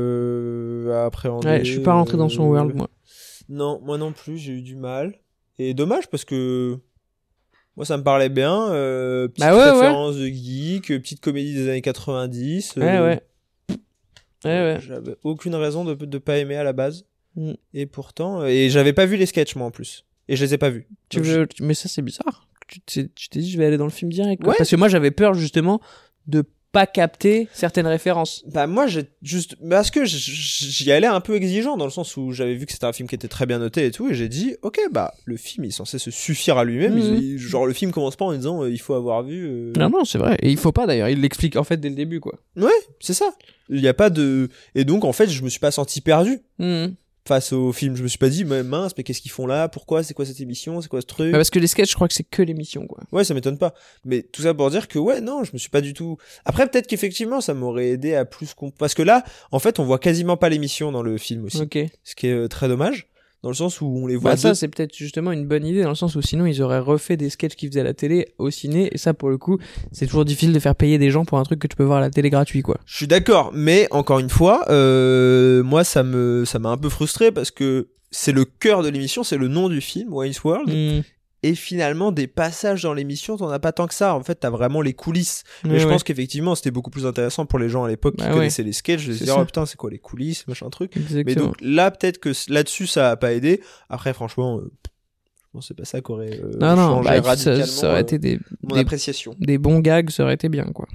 à appréhender. Ouais, je suis pas rentré dans son world, moi. Non, moi non plus, j'ai eu du mal. Et dommage parce que moi ça me parlait bien. Petite Bah ouais, référence de geek, petite comédie des années 90. Ouais. Ouais. J'avais aucune raison de pas aimer à la base. Mm. Et pourtant, et j'avais pas vu les sketchs moi en plus. Et je les ai pas vus. Donc, Mais ça, c'est bizarre. Tu t'es dit, je vais aller dans le film direct, quoi. Ouais. Parce que moi, j'avais peur, justement, de pas capter certaines références. Bah moi j'ai juste parce que j'y allais un peu exigeant dans le sens où j'avais vu que c'était un film qui était très bien noté et tout et j'ai dit ok bah le film il est censé se suffire à lui-même genre le film commence pas en disant il faut avoir vu Non, c'est vrai. Et il faut pas, d'ailleurs. Il l'explique, en fait, dès le début, quoi. ouais c'est ça il y a pas de et donc en fait je me suis pas senti perdu face au film je me suis pas dit mais mince mais qu'est-ce qu'ils font là pourquoi c'est quoi cette émission c'est quoi ce truc Bah, parce que les sketchs, je crois que c'est que l'émission, quoi. ouais ça m'étonne pas mais tout ça pour dire que ouais non je me suis pas du tout après peut-être qu'effectivement ça m'aurait aidé à plus parce que là en fait on voit quasiment pas l'émission dans le film aussi Ok. ce qui est très dommage dans le sens où on les voit Bah, ça, c'est peut-être justement une bonne idée, dans le sens où sinon, ils auraient refait des sketchs qu'ils faisaient à la télé au ciné, et ça, pour le coup, c'est toujours difficile de faire payer des gens pour un truc que tu peux voir à la télé gratuit, quoi. je suis d'accord mais encore une fois moi ça m'a un peu frustré parce que c'est le cœur de l'émission c'est le nom du film Wayne's World et finalement des passages dans l'émission t'en as pas tant que ça en fait t'as vraiment les coulisses mais je pense qu'effectivement c'était beaucoup plus intéressant pour les gens à l'époque qui connaissaient les sketchs de se dire oh putain c'est quoi les coulisses machin truc. Exactement. Mais donc là peut-être que là-dessus ça a pas aidé après franchement je pense que c'est pas ça qu'aurait changé radicalement ça aurait été mon appréciation. Des bons gags, ça aurait été bien, quoi.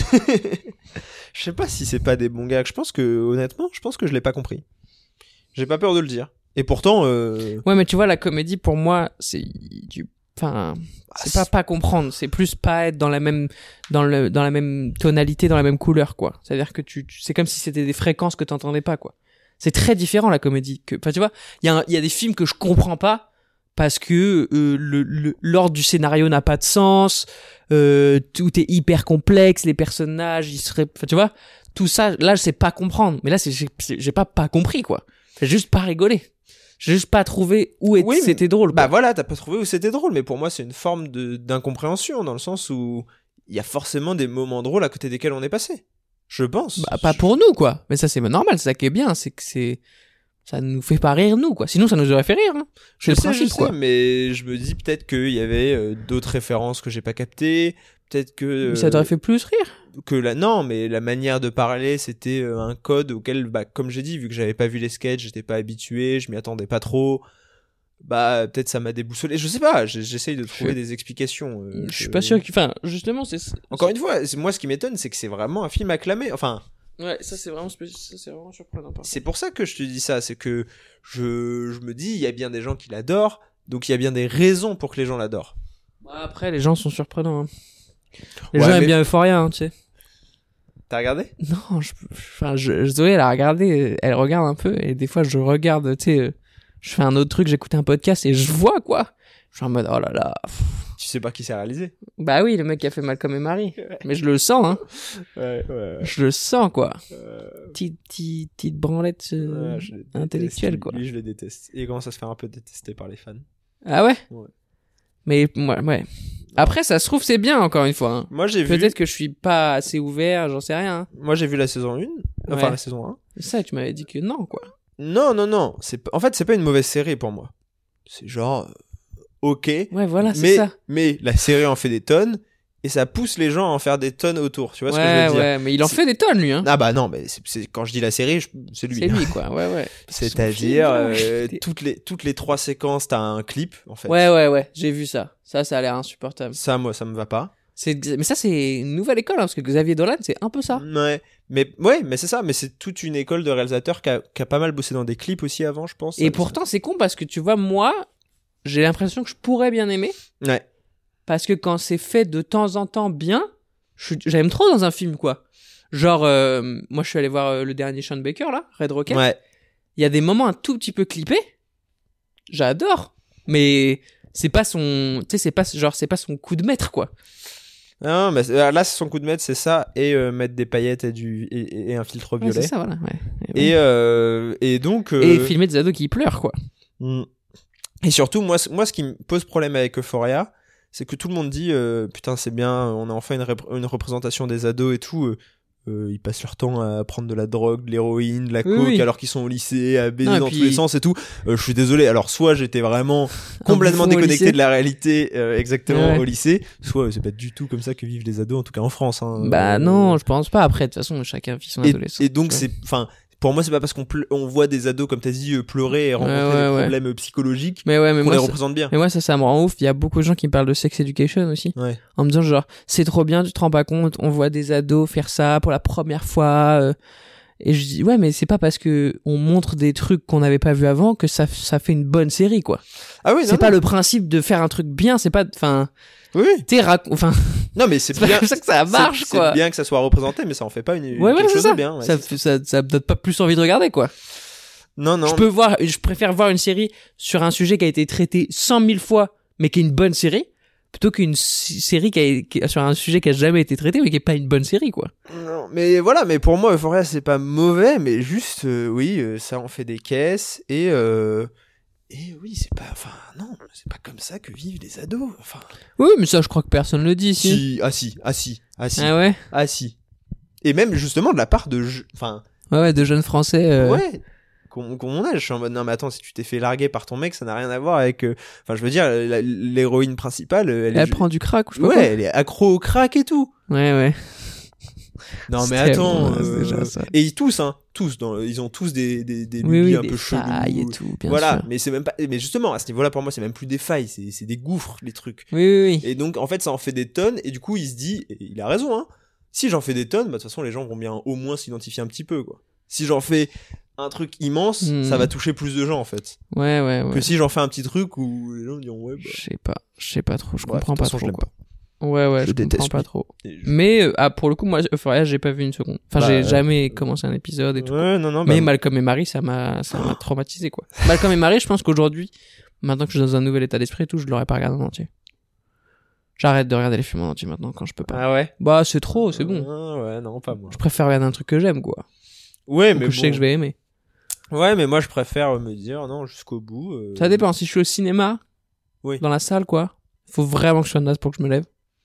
Je sais pas si c'est pas des bons gags je pense que honnêtement je l'ai pas compris j'ai pas peur de le dire et pourtant Ouais, mais tu vois, la comédie, pour moi, c'est enfin, c'est pas comprendre, c'est plus pas être dans la même tonalité, dans la même couleur, quoi. C'est-à-dire que c'est comme si c'était des fréquences que t'entendais pas, quoi. C'est très différent, la comédie. Enfin, tu vois, il y a des films que je comprends pas parce que l'ordre du scénario n'a pas de sens, tout est hyper complexe, les personnages, enfin, tu vois, tout ça, là, je sais pas comprendre. Mais là, j'ai pas compris, quoi. J'ai juste pas rigolé. J'ai juste pas trouvé c'était drôle, quoi. Bah voilà, t'as pas trouvé où c'était drôle, mais pour moi c'est une forme d'incompréhension dans le sens où il y a forcément des moments drôles à côté desquels on est passé. Je pense. Bah pas pour nous, quoi. Mais ça c'est normal, c'est ça qui est bien, c'est que ça nous fait pas rire nous, quoi. Sinon ça nous aurait fait rire, hein. Je sais, mais je me dis peut-être qu'il y avait d'autres références que j'ai pas captées, peut-être que ça t'aurait fait plus rire. Non, mais la manière de parler, c'était un code auquel, bah, comme j'ai dit, vu que j'avais pas vu les sketchs, j'étais pas habitué, je m'y attendais pas trop. bah peut-être ça m'a déboussolé. Je sais pas. J'essaye de trouver des explications. Je suis pas sûr enfin justement Encore une fois, moi ce qui m'étonne, c'est que c'est vraiment un film acclamé. Enfin. Ouais, ça c'est vraiment surprenant. C'est pour ça que je te dis ça, c'est que je me dis il y a bien des gens qui l'adorent, donc il y a bien des raisons pour que les gens l'adorent. Après, les gens sont surprenants. Hein. Les Ouais, gens mais- aiment bien Euphoria, hein, tu sais. T'as regardé? Non, Zoé, elle a regardé, elle regarde un peu, et des fois, je regarde, tu sais, je fais un autre truc, j'écoute un podcast, et je vois, quoi. Je suis en mode, oh là là. Tu sais pas qui c'est réalisé? Bah oui, le mec qui a fait Malcolm et Marie. Mais je le sens, hein. Ouais. Je le sens, quoi. Petite branlette intellectuelle, quoi. Lui, je le déteste. Il commence à se faire un peu détester par les fans. Ah ouais? Ouais. Mais, ouais. Après, ça se trouve, c'est bien, encore une fois. Hein. Moi, j'ai vu. Peut-être que je suis pas assez ouvert, j'en sais rien. Hein. Moi, j'ai vu la saison 1. Enfin, Ouais. la saison 1. Ça, tu m'avais dit que non, quoi. Non. En fait, c'est pas une mauvaise série pour moi. C'est genre. Ok. Ouais, voilà, c'est mais, ça. mais la série en fait des tonnes. Et ça pousse les gens à en faire des tonnes autour. Tu vois ce que je veux dire? Ouais, mais il en fait des tonnes, lui, hein. Ah bah non, mais quand je dis la série, c'est lui. C'est lui, quoi. Ouais. C'est-à-dire, Son film, toutes les 3 séquences, t'as un clip, en fait. Ouais. J'ai vu ça. Ça a l'air insupportable. Ça, moi, ça me va pas. Mais ça, c'est une nouvelle école, hein, parce que Xavier Dolan, c'est un peu ça. Ouais, mais c'est ça. Mais c'est toute une école de réalisateurs qui a pas mal bossé dans des clips aussi avant, je pense. Et pourtant, c'est con parce que tu vois, moi, j'ai l'impression que je pourrais bien aimer. Ouais. Parce que quand c'est fait de temps en temps bien, j'aime trop dans un film, quoi. Genre, moi, je suis allé voir le dernier Sean Baker, là, Red Rocket. Ouais. Il y a des moments un tout petit peu clippés. J'adore. Mais c'est pas son, tu sais, c'est pas son coup de maître, quoi. Non, mais là, c'est son coup de maître, c'est ça, et mettre des paillettes et un filtre Ouais, violet. c'est ça, voilà, ouais. Et donc. Et filmer des ados qui pleurent, quoi. Et surtout, moi, ce qui me pose problème avec Euphoria, c'est que tout le monde dit putain, c'est bien, on a enfin une représentation des ados et tout. Ils passent leur temps à prendre de la drogue, de l'héroïne, de la coke, Oui. alors qu'ils sont au lycée, à baiser Non, et dans puis- tous les sens et tout. Je suis désolé. Alors, soit j'étais vraiment complètement bouffon au déconnecté lycée. de la réalité, exactement Ouais. au lycée, soit c'est pas du tout comme ça que vivent les ados, en tout cas en France. Hein. Bah non, je pense pas. Après, de toute façon, chacun vit son adolescence. Et donc, Ouais. c'est, enfin, pour moi, c'est pas parce on voit des ados, comme t'as dit, pleurer et rencontrer des ouais. problèmes psychologiques Mais ouais, mais qu'on les moi, représente bien. mais moi, ça me rend ouf. Il y a beaucoup de gens qui me parlent de sex education aussi. Ouais. En me disant genre, c'est trop bien, tu te rends pas compte, on voit des ados faire ça pour la première fois. Et je dis, ouais, mais c'est pas parce que on montre des trucs qu'on n'avait pas vu avant que ça fait une bonne série, quoi. Ah oui, C'est pas le principe de faire un truc bien, c'est pas, enfin, Oui. tu sais, enfin, Non, mais c'est c'est pas bien. comme ça que ça marche, c'est quoi. bien que ça soit représenté, mais ça en fait pas Ouais, quelque voilà, c'est chose ça. de bien. Ouais, Ça me donne pas plus envie de regarder, quoi. Non. Je préfère voir une série sur un sujet qui a été traité 100 000 fois, mais qui est une bonne série, plutôt qu'une série sur un sujet qui a jamais été traité, mais qui est pas une bonne série, quoi. Non, mais voilà, mais pour moi, Euphoria, c'est pas mauvais, mais juste, oui, ça en fait des caisses, et oui, c'est pas, enfin, non, c'est pas comme ça que vivent les ados, enfin. Oui, mais ça, je crois que personne le dit ici. Si. Ah ouais? Ah si. Et même, justement, de la part de, enfin, Ouais, de jeunes Français. ouais. Qu'on mon âge, je suis en mode non mais attends, si tu t'es fait larguer par ton mec, ça n'a rien à voir avec enfin je veux dire l'héroïne principale Elle prend du crack ou je sais pas ouais, quoi. elle est accro au crack et tout. Ouais. Non C'est mais attends tellement, c'est déjà ça. et ils ils ont tous des Oui, lubies un des peu failles chelous et tout, bien voilà, sûr. mais c'est même pas, mais justement à ce niveau-là pour moi c'est même plus des failles, c'est des gouffres les trucs. Oui. Et donc en fait ça en fait des tonnes et du coup il se dit et il a raison hein. Si j'en fais des tonnes, bah de toute façon les gens vont bien au moins s'identifier un petit peu quoi. Si j'en fais un truc immense, ça va toucher plus de gens en fait. Ouais. Que si j'en fais un petit truc où les gens diront ouais bah. Je sais pas trop, je Ouais, comprends de toute pas façon, trop je l'aime quoi. pas. Ouais, Je je déteste, comprends pas oui. trop. Et Mais pour le coup, moi Euphoria, j'ai pas vu une seconde. Enfin, Bah, j'ai jamais commencé un épisode et tout. Ouais, non, Mais bah, Malcolm et Marie, ça m'a traumatisé quoi. Malcolm et Marie, je pense qu'aujourd'hui, maintenant que je suis dans un nouvel état d'esprit et tout, je l'aurais pas regardé en entier. J'arrête de regarder les films en entier maintenant quand je peux pas. Ah ouais. Bah, c'est trop, c'est bon. Ah ouais, non, pas moi. Je préfère regarder un truc que j'aime quoi. Ouais, Ou mais que je sais que je vais aimer. Ouais, mais moi je préfère me dire non jusqu'au bout. Ça dépend. Si je suis au cinéma, Oui. dans la salle, quoi, faut vraiment que je sois naze pour que je me lève.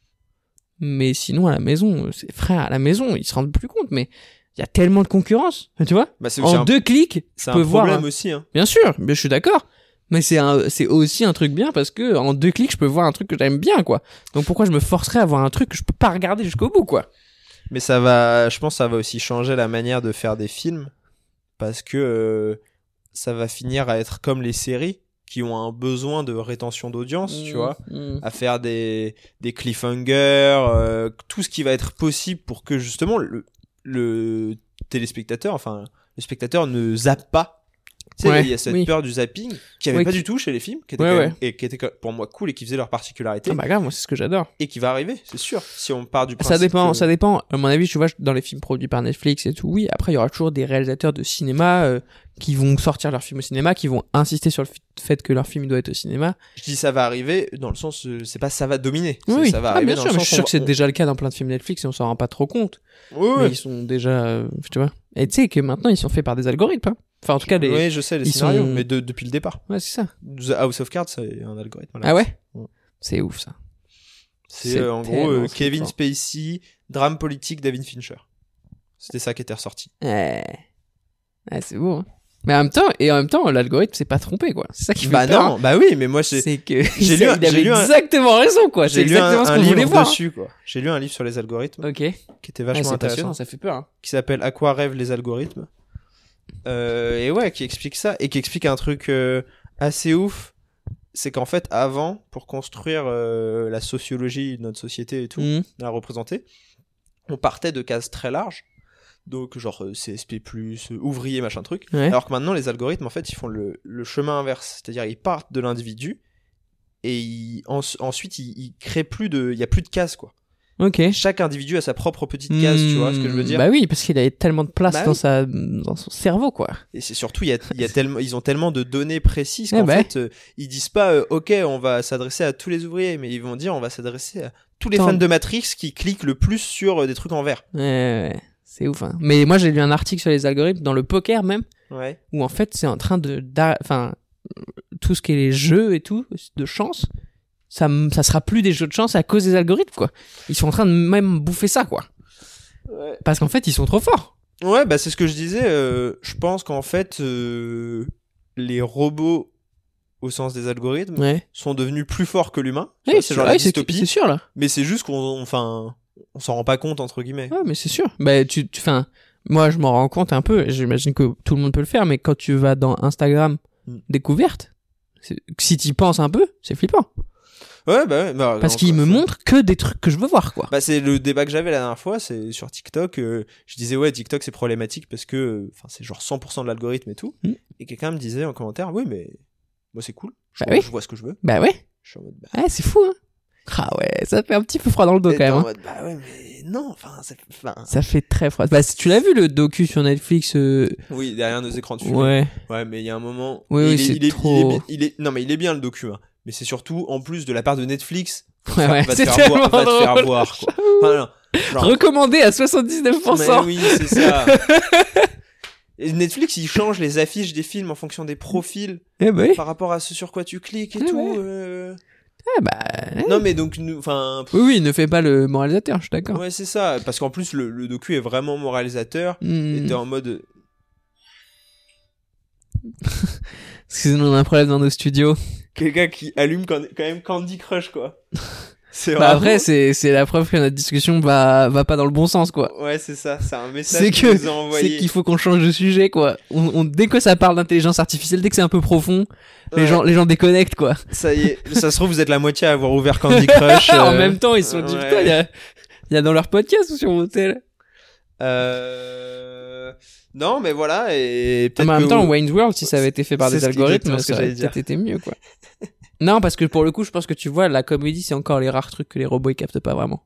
Mais sinon, à la maison, frère, à la maison, ils se rendent plus compte, mais il y a tellement de concurrence, tu vois. Bah, c'est aussi En 2 clics, c'est tu peux un voir. problème aussi. Hein. Bien sûr, mais je suis d'accord. Mais c'est aussi un truc bien parce que en 2 clics, je peux voir un truc que j'aime bien, quoi. Donc pourquoi je me forcerais à voir un truc que je peux pas regarder jusqu'au bout, quoi. Mais je pense que ça va aussi changer la manière de faire des films parce que ça va finir à être comme les séries qui ont un besoin de rétention d'audience, tu vois, à faire des cliffhangers, tout ce qui va être possible pour que justement le téléspectateur, enfin le spectateur ne zappe pas. Tu sais, il y a cette peur du zapping qui avait pas du tout chez les films, qui était quand même, et qui était pour moi cool et qui faisait leur particularité. Ah bah grave, moi c'est ce que j'adore. Et qui va arriver, c'est sûr. Si on part du principe ça dépend. À mon avis, tu vois, dans les films produits par Netflix et tout, oui. Après, il y aura toujours des réalisateurs de cinéma qui vont sortir leur film au cinéma, qui vont insister sur le fait que leur film doit être au cinéma. Je dis ça va arriver dans le sens, c'est pas ça va dominer. Oui, ça va arriver bien dans sûr, le mais sens je suis sûr que c'est déjà le cas dans plein de films Netflix et on s'en rend pas trop compte. Mais ils sont déjà, tu vois. Et tu sais que maintenant ils sont faits par des algorithmes. Hein. Enfin, en tout cas, oui, je sais les scénarios, mais depuis le départ. Ouais, c'est ça. The House of Cards, c'est un algorithme. Ah ouais. C'est ouf ça. C'est en gros Kevin Spacey, drame politique, David Fincher. C'était ça qui était ressorti. Ouais, c'est beau. Hein. Mais en même temps, l'algorithme s'est pas trompé, quoi. C'est ça qui fait peur. Bah non, bah oui, mais moi c'est que il avait exactement raison, quoi. C'est exactement ce qu'on voulait voir. Dessus, quoi. J'ai lu un livre sur les algorithmes. Ok. Qui était vachement intéressant. Ça fait peur. Hein. Qui s'appelle À quoi rêvent les algorithmes. Et ouais, qui explique ça et qui explique un truc assez ouf. C'est qu'en fait, avant, pour construire la sociologie de notre société et tout, la représenter, on partait de cases très larges. Donc genre CSP+, ouvrier, machin truc. Ouais. Alors que maintenant, les algorithmes, en fait, ils font le chemin inverse. C'est-à-dire, ils partent de l'individu et ensuite, ils créent il y a plus de cases, quoi. Ok. Chaque individu a sa propre petite case, tu vois ce que je veux dire? Bah oui, parce qu'il a tellement de place dans son cerveau, quoi. Et c'est surtout, ils ont tellement de données précises qu'en fait, ils disent pas, ok, on va s'adresser à tous les ouvriers, mais ils vont dire, on va s'adresser à tous les fans de Matrix qui cliquent le plus sur des trucs en vert. Ouais. C'est ouf, hein. Mais moi, j'ai lu un article sur les algorithmes dans le poker même, où en fait, c'est en train enfin, tout ce qui est les jeux et tout, de chance, ça sera plus des jeux de chance à cause des algorithmes, quoi. Ils sont en train de même bouffer ça, quoi. Ouais. Parce qu'en fait, ils sont trop forts. Ouais, bah, c'est ce que je disais, je pense qu'en fait, les robots, au sens des algorithmes, sont devenus plus forts que l'humain. Oui, c'est genre la dystopie. C'est sûr, là. Mais c'est juste on s'en rend pas compte, entre guillemets. Ouais, mais c'est sûr. Bah, enfin, moi, je m'en rends compte un peu, j'imagine que tout le monde peut le faire, mais quand tu vas dans Instagram découverte, si t'y penses un peu, c'est flippant. Ouais, bah, parce qu'il me montre que des trucs que je veux voir, quoi. Bah, c'est le débat que j'avais la dernière fois, c'est sur TikTok, je disais, ouais, TikTok, c'est problématique parce que, enfin, c'est genre 100% de l'algorithme et tout. Et quelqu'un me disait en commentaire, oui, mais, moi, c'est cool. Je vois ce que je veux. Bah ouais. Je suis en mode, ouais, c'est fou, hein. Ah ouais, ça fait un petit peu froid dans le dos, quand même. En mode, bah ouais, mais non, enfin, ça fait très froid. Bah, tu l'as vu, le docu sur Netflix, Oui, derrière nos écrans de fumée. Ouais. Ouais, mais il y a un moment. Oui, non, mais il est bien, le docu, hein. Mais c'est surtout, en plus de la part de Netflix, va te faire voir, quoi. Enfin, genre... Recommandé à 79%. Mais oui, c'est ça. Et Netflix, il change les affiches des films en fonction des profils. Par rapport à ce sur quoi tu cliques et tout. Non, mais donc, enfin. Oui, ne fais pas le moralisateur, je suis d'accord. Ouais, c'est ça. Parce qu'en plus, le docu est vraiment moralisateur. Et t'es en mode. Excusez-nous, on a un problème dans nos studios. Quelqu'un qui allume quand même Candy Crush, quoi. C'est vraiment... après, c'est la preuve que notre discussion va pas dans le bon sens, quoi. Ouais, c'est ça. C'est un message qu'il nous a envoyé. C'est qu'il faut qu'on change de sujet, quoi. Dès que ça parle d'intelligence artificielle, dès que c'est un peu profond, les gens déconnectent, quoi. Ça y est. Ça se trouve, vous êtes la moitié à avoir ouvert Candy Crush. En même temps, ils se sont dit, putain, il y a dans leur podcast ou sur Motel. Non, mais voilà, et peut-être en même temps, Wayne's World, si ça avait été fait par des algorithmes, ça aurait peut-être été mieux, quoi. Non, parce que pour le coup, je pense que tu vois, la comédie, c'est encore les rares trucs que les robots, ils captent pas vraiment.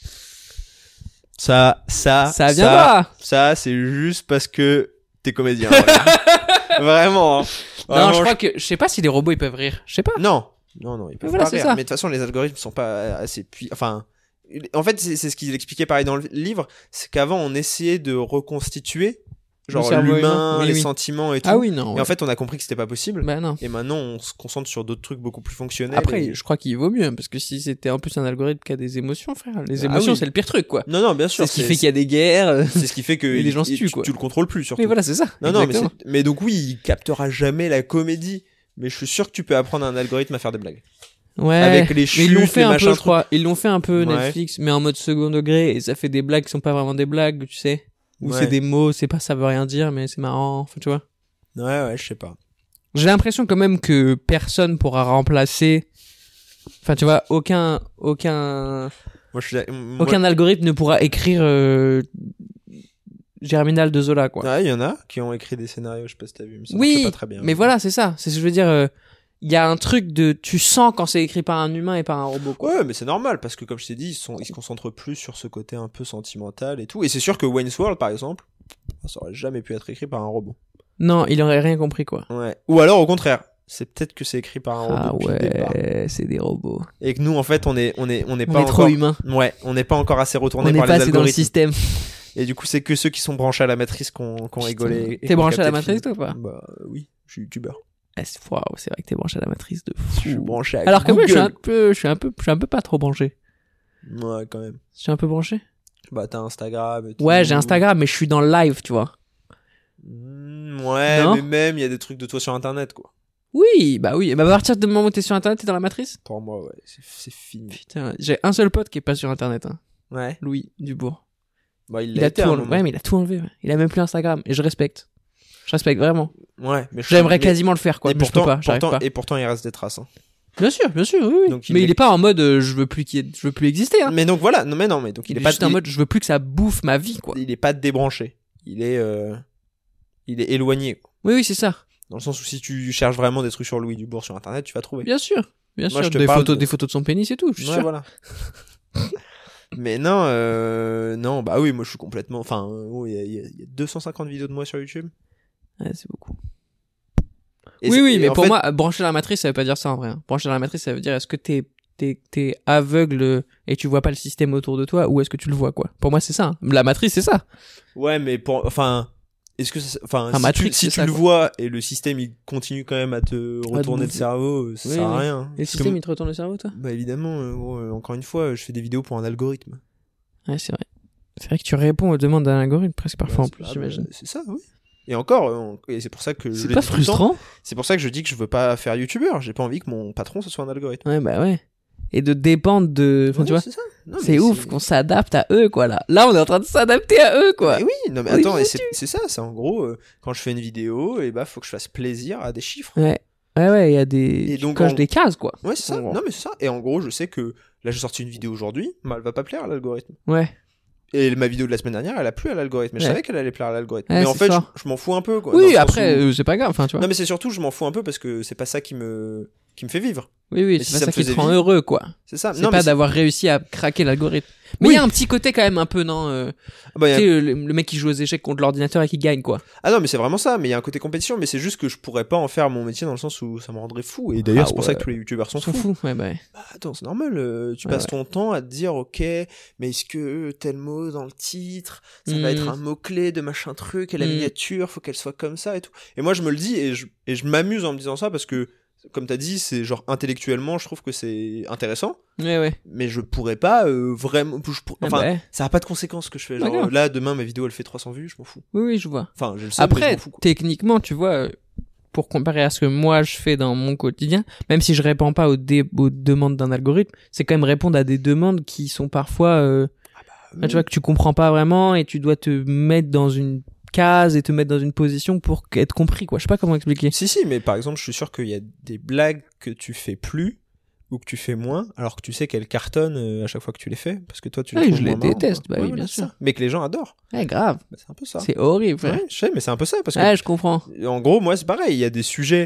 Ça viendra. Ça, c'est juste parce que t'es comédien. Vraiment. Hein. Vraiment, non, je crois que, je sais pas si les robots, ils peuvent rire. Je sais pas. Non, ils peuvent pas rire. Mais de toute façon, les algorithmes sont pas assez enfin, en fait, c'est ce qu'il expliquait pareil dans le livre, c'est qu'avant, on essayait de reconstituer genre l'humain, les sentiments et tout. Ah oui, non. Et en fait, on a compris que c'était pas possible. Bah non. Et maintenant, on se concentre sur d'autres trucs beaucoup plus fonctionnels. Après, je crois qu'il vaut mieux, parce que si c'était en plus un algorithme qui a des émotions, frère, les émotions, c'est le pire truc, quoi. Non, bien sûr. C'est ce qui fait qu'il y a des guerres. C'est ce qui fait que les gens se tuent, quoi. Tu le contrôles plus, surtout. Mais voilà, c'est ça. Non, mais donc oui, il captera jamais la comédie. Mais je suis sûr que tu peux apprendre à un algorithme à faire des blagues. Ouais. Avec les chutes, ils l'ont fait les un peu, machins. je crois. Ils l'ont fait un peu Netflix, mais en mode second degré, et ça fait des blagues qui sont pas vraiment des blagues, tu sais. Ou c'est des mots, ça veut rien dire, mais c'est marrant, enfin, tu vois. Ouais, je sais pas. J'ai l'impression quand même que personne pourra remplacer. Enfin, tu vois, aucun Moi, algorithme ne pourra écrire Germinal de Zola, quoi. Ah, il y en a qui ont écrit des scénarios, je sais pas si t'as vu, mais ça marche Oui, pas très bien. mais voilà, c'est ça. C'est ce que je veux dire. Il y a un truc de, tu sens quand c'est écrit par un humain et par un robot, quoi. Ouais, mais c'est normal, parce que comme je t'ai dit, ils se concentrent plus sur ce côté un peu sentimental et tout. Et c'est sûr que Wayne's World, par exemple, ça aurait jamais pu être écrit par un robot. Non, il aurait rien compris, quoi. Ouais. Ou alors, au contraire, c'est peut-être que c'est écrit par un robot. Ah depuis le départ. ouais, c'est des robots. Et que nous, en fait, on est pas On est encore... trop humains. Ouais, on n'est pas encore assez On retourné n'est par pas les assez dans le algorithmes. système. Et du coup, c'est que ceux qui sont branchés à la matrice qu'on rigolé. T'es branché à la matrice, toi, ou pas? Bah, oui, je suis youtubeur. Waouh, c'est vrai que t'es branché à la matrice de Je suis fou. branché à Alors que moi, Google. je suis un peu pas trop branché. Ouais, quand même. Je suis un peu branché. Bah, t'as Instagram et tout. Ouais, j'ai Instagram, mais je suis dans le live, tu vois. Ouais, Non. mais même, il y a des trucs de toi sur Internet, quoi. Oui, bah oui. Bah, à partir du moment où t'es sur Internet, t'es dans la matrice. Pour moi, ouais, c'est fini. Putain, j'ai un seul pote qui est pas sur Internet, hein. Ouais. Louis Dubourg. Bah, il Il l'a a été tout à un enlevé. moment. Ouais, mais il a tout enlevé. Ouais. Il a même plus Instagram. Et je respecte. Je respecte vraiment. Ouais, mais J'aimerais mais- quasiment le faire, quoi. Et Mais je peux pas. J'arrive pourtant, pas. et pourtant, il reste des traces. Hein. Bien sûr, oui, oui. Donc, mais il il est- est pas en mode je veux plus exister, hein. Mais donc voilà, non, mais donc il est pas juste en mode je veux plus que ça bouffe ma vie, quoi. il est pas débranché. Il est éloigné. Quoi. Oui, c'est ça. Dans le sens où si tu cherches vraiment des trucs sur Louis Dubourg sur Internet, tu vas trouver. Bien sûr. Moi, sûr. je te Des parle photos, de- des photos de son pénis et tout, je suis Ouais, sûr. voilà. Mais non, non, bah oui, moi je suis complètement. Enfin, il y a 250 vidéos de moi sur YouTube. Ouais, c'est beaucoup. Et Oui, et mais en pour fait- moi, brancher dans la matrice, ça veut pas dire ça en vrai. hein. Brancher dans la matrice, ça veut dire est-ce que t'es aveugle et tu vois pas le système autour de toi ou est-ce que tu le vois, quoi. Pour moi, c'est ça. hein. La matrice, c'est ça. Ouais, mais enfin, est-ce que enfin, Enfin, Matrix, si c'est tu ça, le quoi. vois et le système il continue quand même à te retourner le bouffer. cerveau, ça Oui, sert à oui. rien. Et le Parce système, que- il te retourne le cerveau, toi? Bah évidemment, encore une fois, je fais des vidéos pour un algorithme. Ouais, c'est vrai. C'est vrai que tu réponds aux demandes d'un algorithme presque parfois Bah, en plus, bah, j'imagine. c'est ça, oui. Et encore, et c'est pour ça que je C'est le pas dis tout le temps, frustrant? c'est pour ça que je dis que je veux pas faire youtubeur. J'ai pas envie que mon patron ce soit un algorithme. Ouais, bah ouais. Et de dépendre de, enfin, Ouais, tu vois. c'est ça. Non, mais C'est ouf qu'on s'adapte à eux, quoi, là. Là, on est en train de s'adapter à eux, quoi. Et oui, non mais On est attends, et foutus. c'est ça, c'est en gros quand je fais une vidéo, et bah faut que je fasse plaisir à des chiffres. Ouais. Ouais, il y a des, Et tu donc, coches en- des cases, quoi. Ouais, c'est ça. En gros. Non mais c'est ça. Et en gros, je sais que là j'ai sorti une vidéo aujourd'hui, mais elle va pas plaire à l'algorithme. Ouais. Et ma vidéo de la semaine dernière, elle a plu à l'algorithme. Mais je Ouais. savais qu'elle allait plaire à l'algorithme. Ouais, Mais en c'est fait, fort. je m'en fous un peu quoi. dans Oui, le sens après, où- c'est pas grave, enfin, tu vois. Non mais c'est surtout je m'en fous un peu parce que c'est pas ça qui me fait vivre. Oui, oui, mais c'est si pas ça ça me qui te faisait rend vivre- heureux, quoi. C'est ça. C'est Non, pas mais d'avoir réussi à craquer l'algorithme. Mais il Oui. y a un petit côté quand même un peu, non, Ah, bah, il y a- tu sais, le mec qui joue aux échecs contre l'ordinateur et qui gagne, quoi. Ah non mais c'est vraiment ça. Mais il y a un côté compétition. Mais c'est juste que je pourrais pas en faire mon métier dans le sens où ça me rendrait fou. Et d'ailleurs Ah c'est pour ça ouais. que tous les youtubeurs sont On s'en fous. fout, ouais, bah ouais. Bah, attends, c'est normal. Tu Ouais, passes ton temps à te dire, ok, mais est-ce que tel mot dans le titre, ça va Mm. être un mot clé de machin truc et la Mm. miniature, faut qu'elle soit comme ça et tout. Et moi je me le dis et je m'amuse en me disant ça parce que comme t'as dit, c'est genre intellectuellement, je trouve que c'est intéressant, Ouais, ouais. mais je pourrais pas vraiment. Ah Enfin, bah ouais. ça a pas de conséquences ce que je fais. Genre D'accord. là, demain ma vidéo elle fait 300 vues, je m'en fous. Oui, oui, je vois. Enfin, je le sais. mais je Après, m'en fous, quoi. techniquement, tu vois, pour comparer à ce que moi je fais dans mon quotidien, même si je réponds pas aux demandes d'un algorithme, c'est quand même répondre à des demandes qui sont parfois, tu vois, que tu comprends pas vraiment et tu dois te mettre dans une case et te mettre dans une position pour être compris, quoi. Je sais pas comment expliquer. Si, mais par exemple, je suis sûr qu'il y a des blagues que tu fais plus ou que tu fais moins, alors que tu sais qu'elles cartonnent à chaque fois que tu les fais, parce que toi tu les Oui, trouves je les moins marrantes, déteste, quoi. bah oui, voilà, bien c'est sûr. ça. Mais que les gens adorent. Ouais, grave. Bah, c'est un peu ça. C'est horrible, frère. Ouais, je sais, mais c'est un peu ça, parce que Ouais, je comprends. en gros, moi c'est pareil, il y a des sujets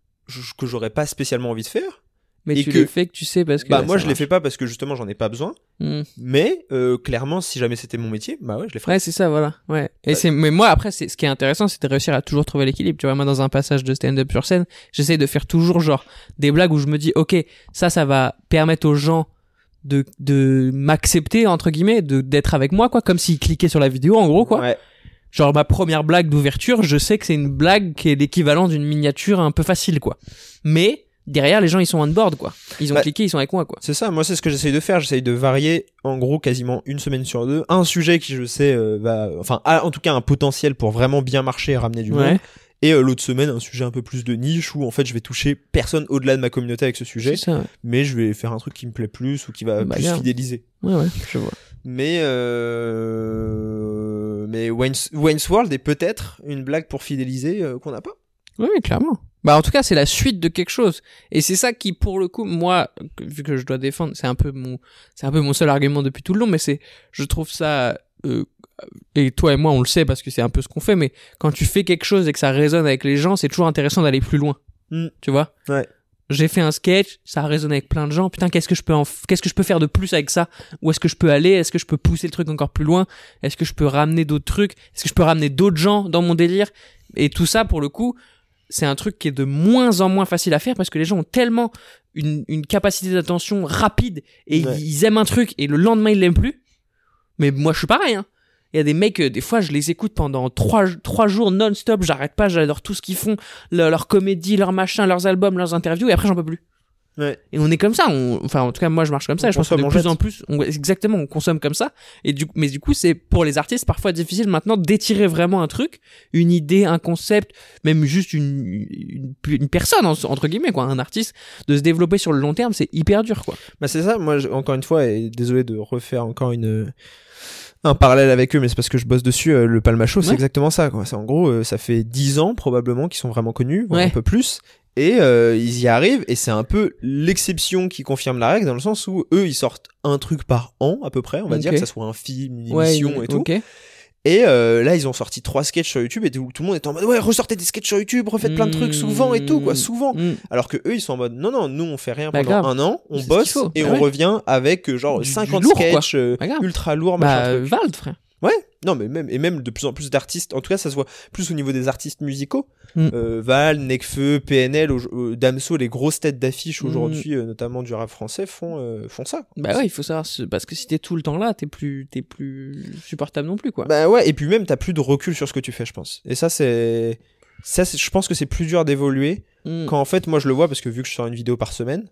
que j'aurais pas spécialement envie de faire. Mais Et tu que- les fais que tu sais parce que. Bah ouais, moi ça je les marche. fais pas parce que justement j'en ai pas besoin, Hmm. mais clairement si jamais c'était mon métier, bah ouais je les ferais. Ouais, c'est ça, voilà. Ouais. Et mais moi, après, ce qui est intéressant, c'est de réussir à toujours trouver l'équilibre. Tu vois, moi, dans un passage de stand-up sur scène, j'essaye de faire toujours, genre, des blagues où je me dis, ok, ça va permettre aux gens de m'accepter, entre guillemets, d'être avec moi, quoi, comme s'ils cliquaient sur la vidéo, en gros, quoi. Ouais. Genre, ma première blague d'ouverture, je sais que c'est une blague qui est l'équivalent d'une miniature un peu facile, quoi. Mais, derrière, les gens, ils sont on board, quoi. Ils ont Bah, cliqué, ils sont avec moi, quoi. C'est ça, moi c'est ce que j'essaye de faire, j'essaye de varier en gros quasiment une semaine sur deux, un sujet qui je sais a en tout cas un potentiel pour vraiment bien marcher et ramener du monde, Ouais. et l'autre semaine un sujet un peu plus de niche où en fait je vais toucher personne au-delà de ma communauté avec ce sujet, C'est ça, ouais. mais je vais faire un truc qui me plaît plus ou qui va Bah, plus bien. fidéliser. Ouais, ouais, je vois. Mais Wayne's World est peut-être une blague pour fidéliser qu'on n'a pas. Oui, clairement. Bah en tout cas c'est la suite de quelque chose et c'est ça qui pour le coup moi vu que je dois défendre c'est un peu mon seul argument depuis tout le long mais je trouve ça et toi et moi on le sait parce que c'est un peu ce qu'on fait mais quand tu fais quelque chose et que ça résonne avec les gens c'est toujours intéressant d'aller plus loin. Tu vois. Ouais. J'ai fait un sketch, ça a résonné avec plein de gens. Putain, qu'est-ce que je peux faire de plus avec ça? Où est-ce que je peux aller? Est-ce que je peux pousser le truc encore plus loin? Est-ce que je peux ramener d'autres trucs? Est-ce que je peux ramener d'autres gens dans mon délire? Et tout ça, pour le coup, c'est un truc qui est de moins en moins facile à faire parce que les gens ont tellement une capacité d'attention rapide et ils aiment un truc et le lendemain ils l'aiment plus. Mais moi, je suis pareil, hein. Il y a des mecs, des fois, je les écoute pendant 3 jours non-stop, j'arrête pas, j'adore tout ce qu'ils font, leur comédie, leur machin, leurs albums, leurs interviews, et après, j'en peux plus. Ouais. Et on est comme ça, enfin, en tout cas, moi, je marche comme ça, et je pense que de plus en plus, exactement, on consomme comme ça, mais du coup, c'est, pour les artistes, parfois difficile maintenant d'étirer vraiment un truc, une idée, un concept, même juste une personne, entre guillemets, quoi, un artiste, de se développer sur le long terme, c'est hyper dur, quoi. Bah, c'est ça, moi, encore une fois, et désolé de refaire encore un parallèle avec eux mais c'est parce que je bosse dessus le Palma Show c'est exactement ça quoi. C'est en gros ça fait 10 ans probablement qu'ils sont vraiment connus voire un peu plus et ils y arrivent et c'est un peu l'exception qui confirme la règle dans le sens où eux ils sortent un truc par an à peu près on va dire que ça soit un film une émission et tout et là ils ont sorti 3 sketchs sur YouTube et tout le monde est en mode ouais ressortez des sketchs sur YouTube refaites plein de trucs souvent et tout quoi souvent alors que eux ils sont en mode non nous on fait rien pendant un an on bosse et on revient avec genre 50 lourd, sketchs ultra lourds machin truc. Vald frère ouais non mais même de plus en plus d'artistes en tout cas ça se voit plus au niveau des artistes musicaux Val, Nekfeu, PNL, Damso les grosses têtes d'affiche aujourd'hui notamment du rap français font ça quoi. Bah ouais il faut savoir parce que si t'es tout le temps là t'es plus supportable non plus quoi. Bah ouais et puis même t'as plus de recul sur ce que tu fais je pense et ça je pense que c'est plus dur d'évoluer quand en fait moi je le vois parce que vu que je sors une vidéo par semaine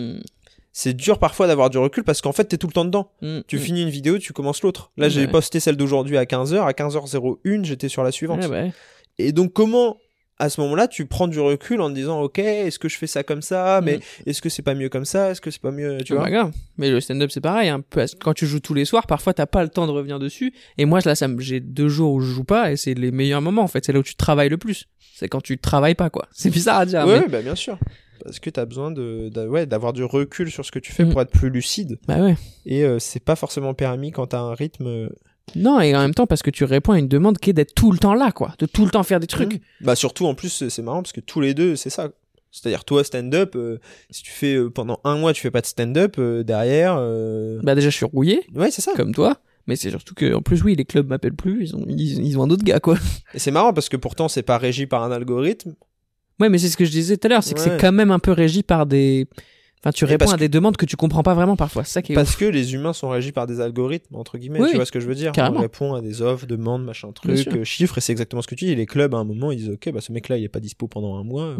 c'est dur parfois d'avoir du recul parce qu'en fait t'es tout le temps dedans. Tu finis une vidéo, tu commences l'autre. Là j'ai posté celle d'aujourd'hui à 15h, à 15h01 j'étais sur la suivante. Et donc comment à ce moment-là tu prends du recul en te disant ok est-ce que je fais ça comme ça mais est-ce que c'est pas mieux comme ça, est-ce que c'est pas mieux tu vois. Grave. Mais le stand-up c'est pareil hein. Quand tu joues tous les soirs parfois t'as pas le temps de revenir dessus et moi là j'ai 2 jours où je joue pas et c'est les meilleurs moments en fait c'est là où tu travailles le plus c'est quand tu travailles pas quoi c'est bizarre à dire ouais bah bien sûr parce que t'as besoin d'avoir du recul sur ce que tu fais pour être plus lucide. Bah ouais. Et c'est pas forcément permis quand t'as un rythme. Non, et en même temps parce que tu réponds à une demande qui est d'être tout le temps là, quoi, de tout le temps faire des trucs. Bah surtout en plus c'est marrant parce que tous les deux c'est ça. C'est-à-dire toi stand-up, si tu fais pendant 1 mois tu fais pas de stand-up derrière. Bah déjà je suis rouillé. Ouais c'est ça. Comme toi. Mais c'est surtout que en plus oui les clubs m'appellent plus, ils ont un autre gars quoi. Et c'est marrant parce que pourtant c'est pas régi par un algorithme. Ouais, mais c'est ce que je disais tout à l'heure, c'est que c'est quand même un peu régi par des... Enfin, tu réponds à des demandes que tu comprends pas vraiment parfois, c'est ça qui est parce que les humains sont régis par des algorithmes, entre guillemets, tu vois ce que je veux dire. Carrément. On répond à des offres, demandes, machin truc, chiffres, et c'est exactement ce que tu dis. Et les clubs, à un moment, ils disent, ok, bah ce mec-là, il est pas dispo pendant 1 mois,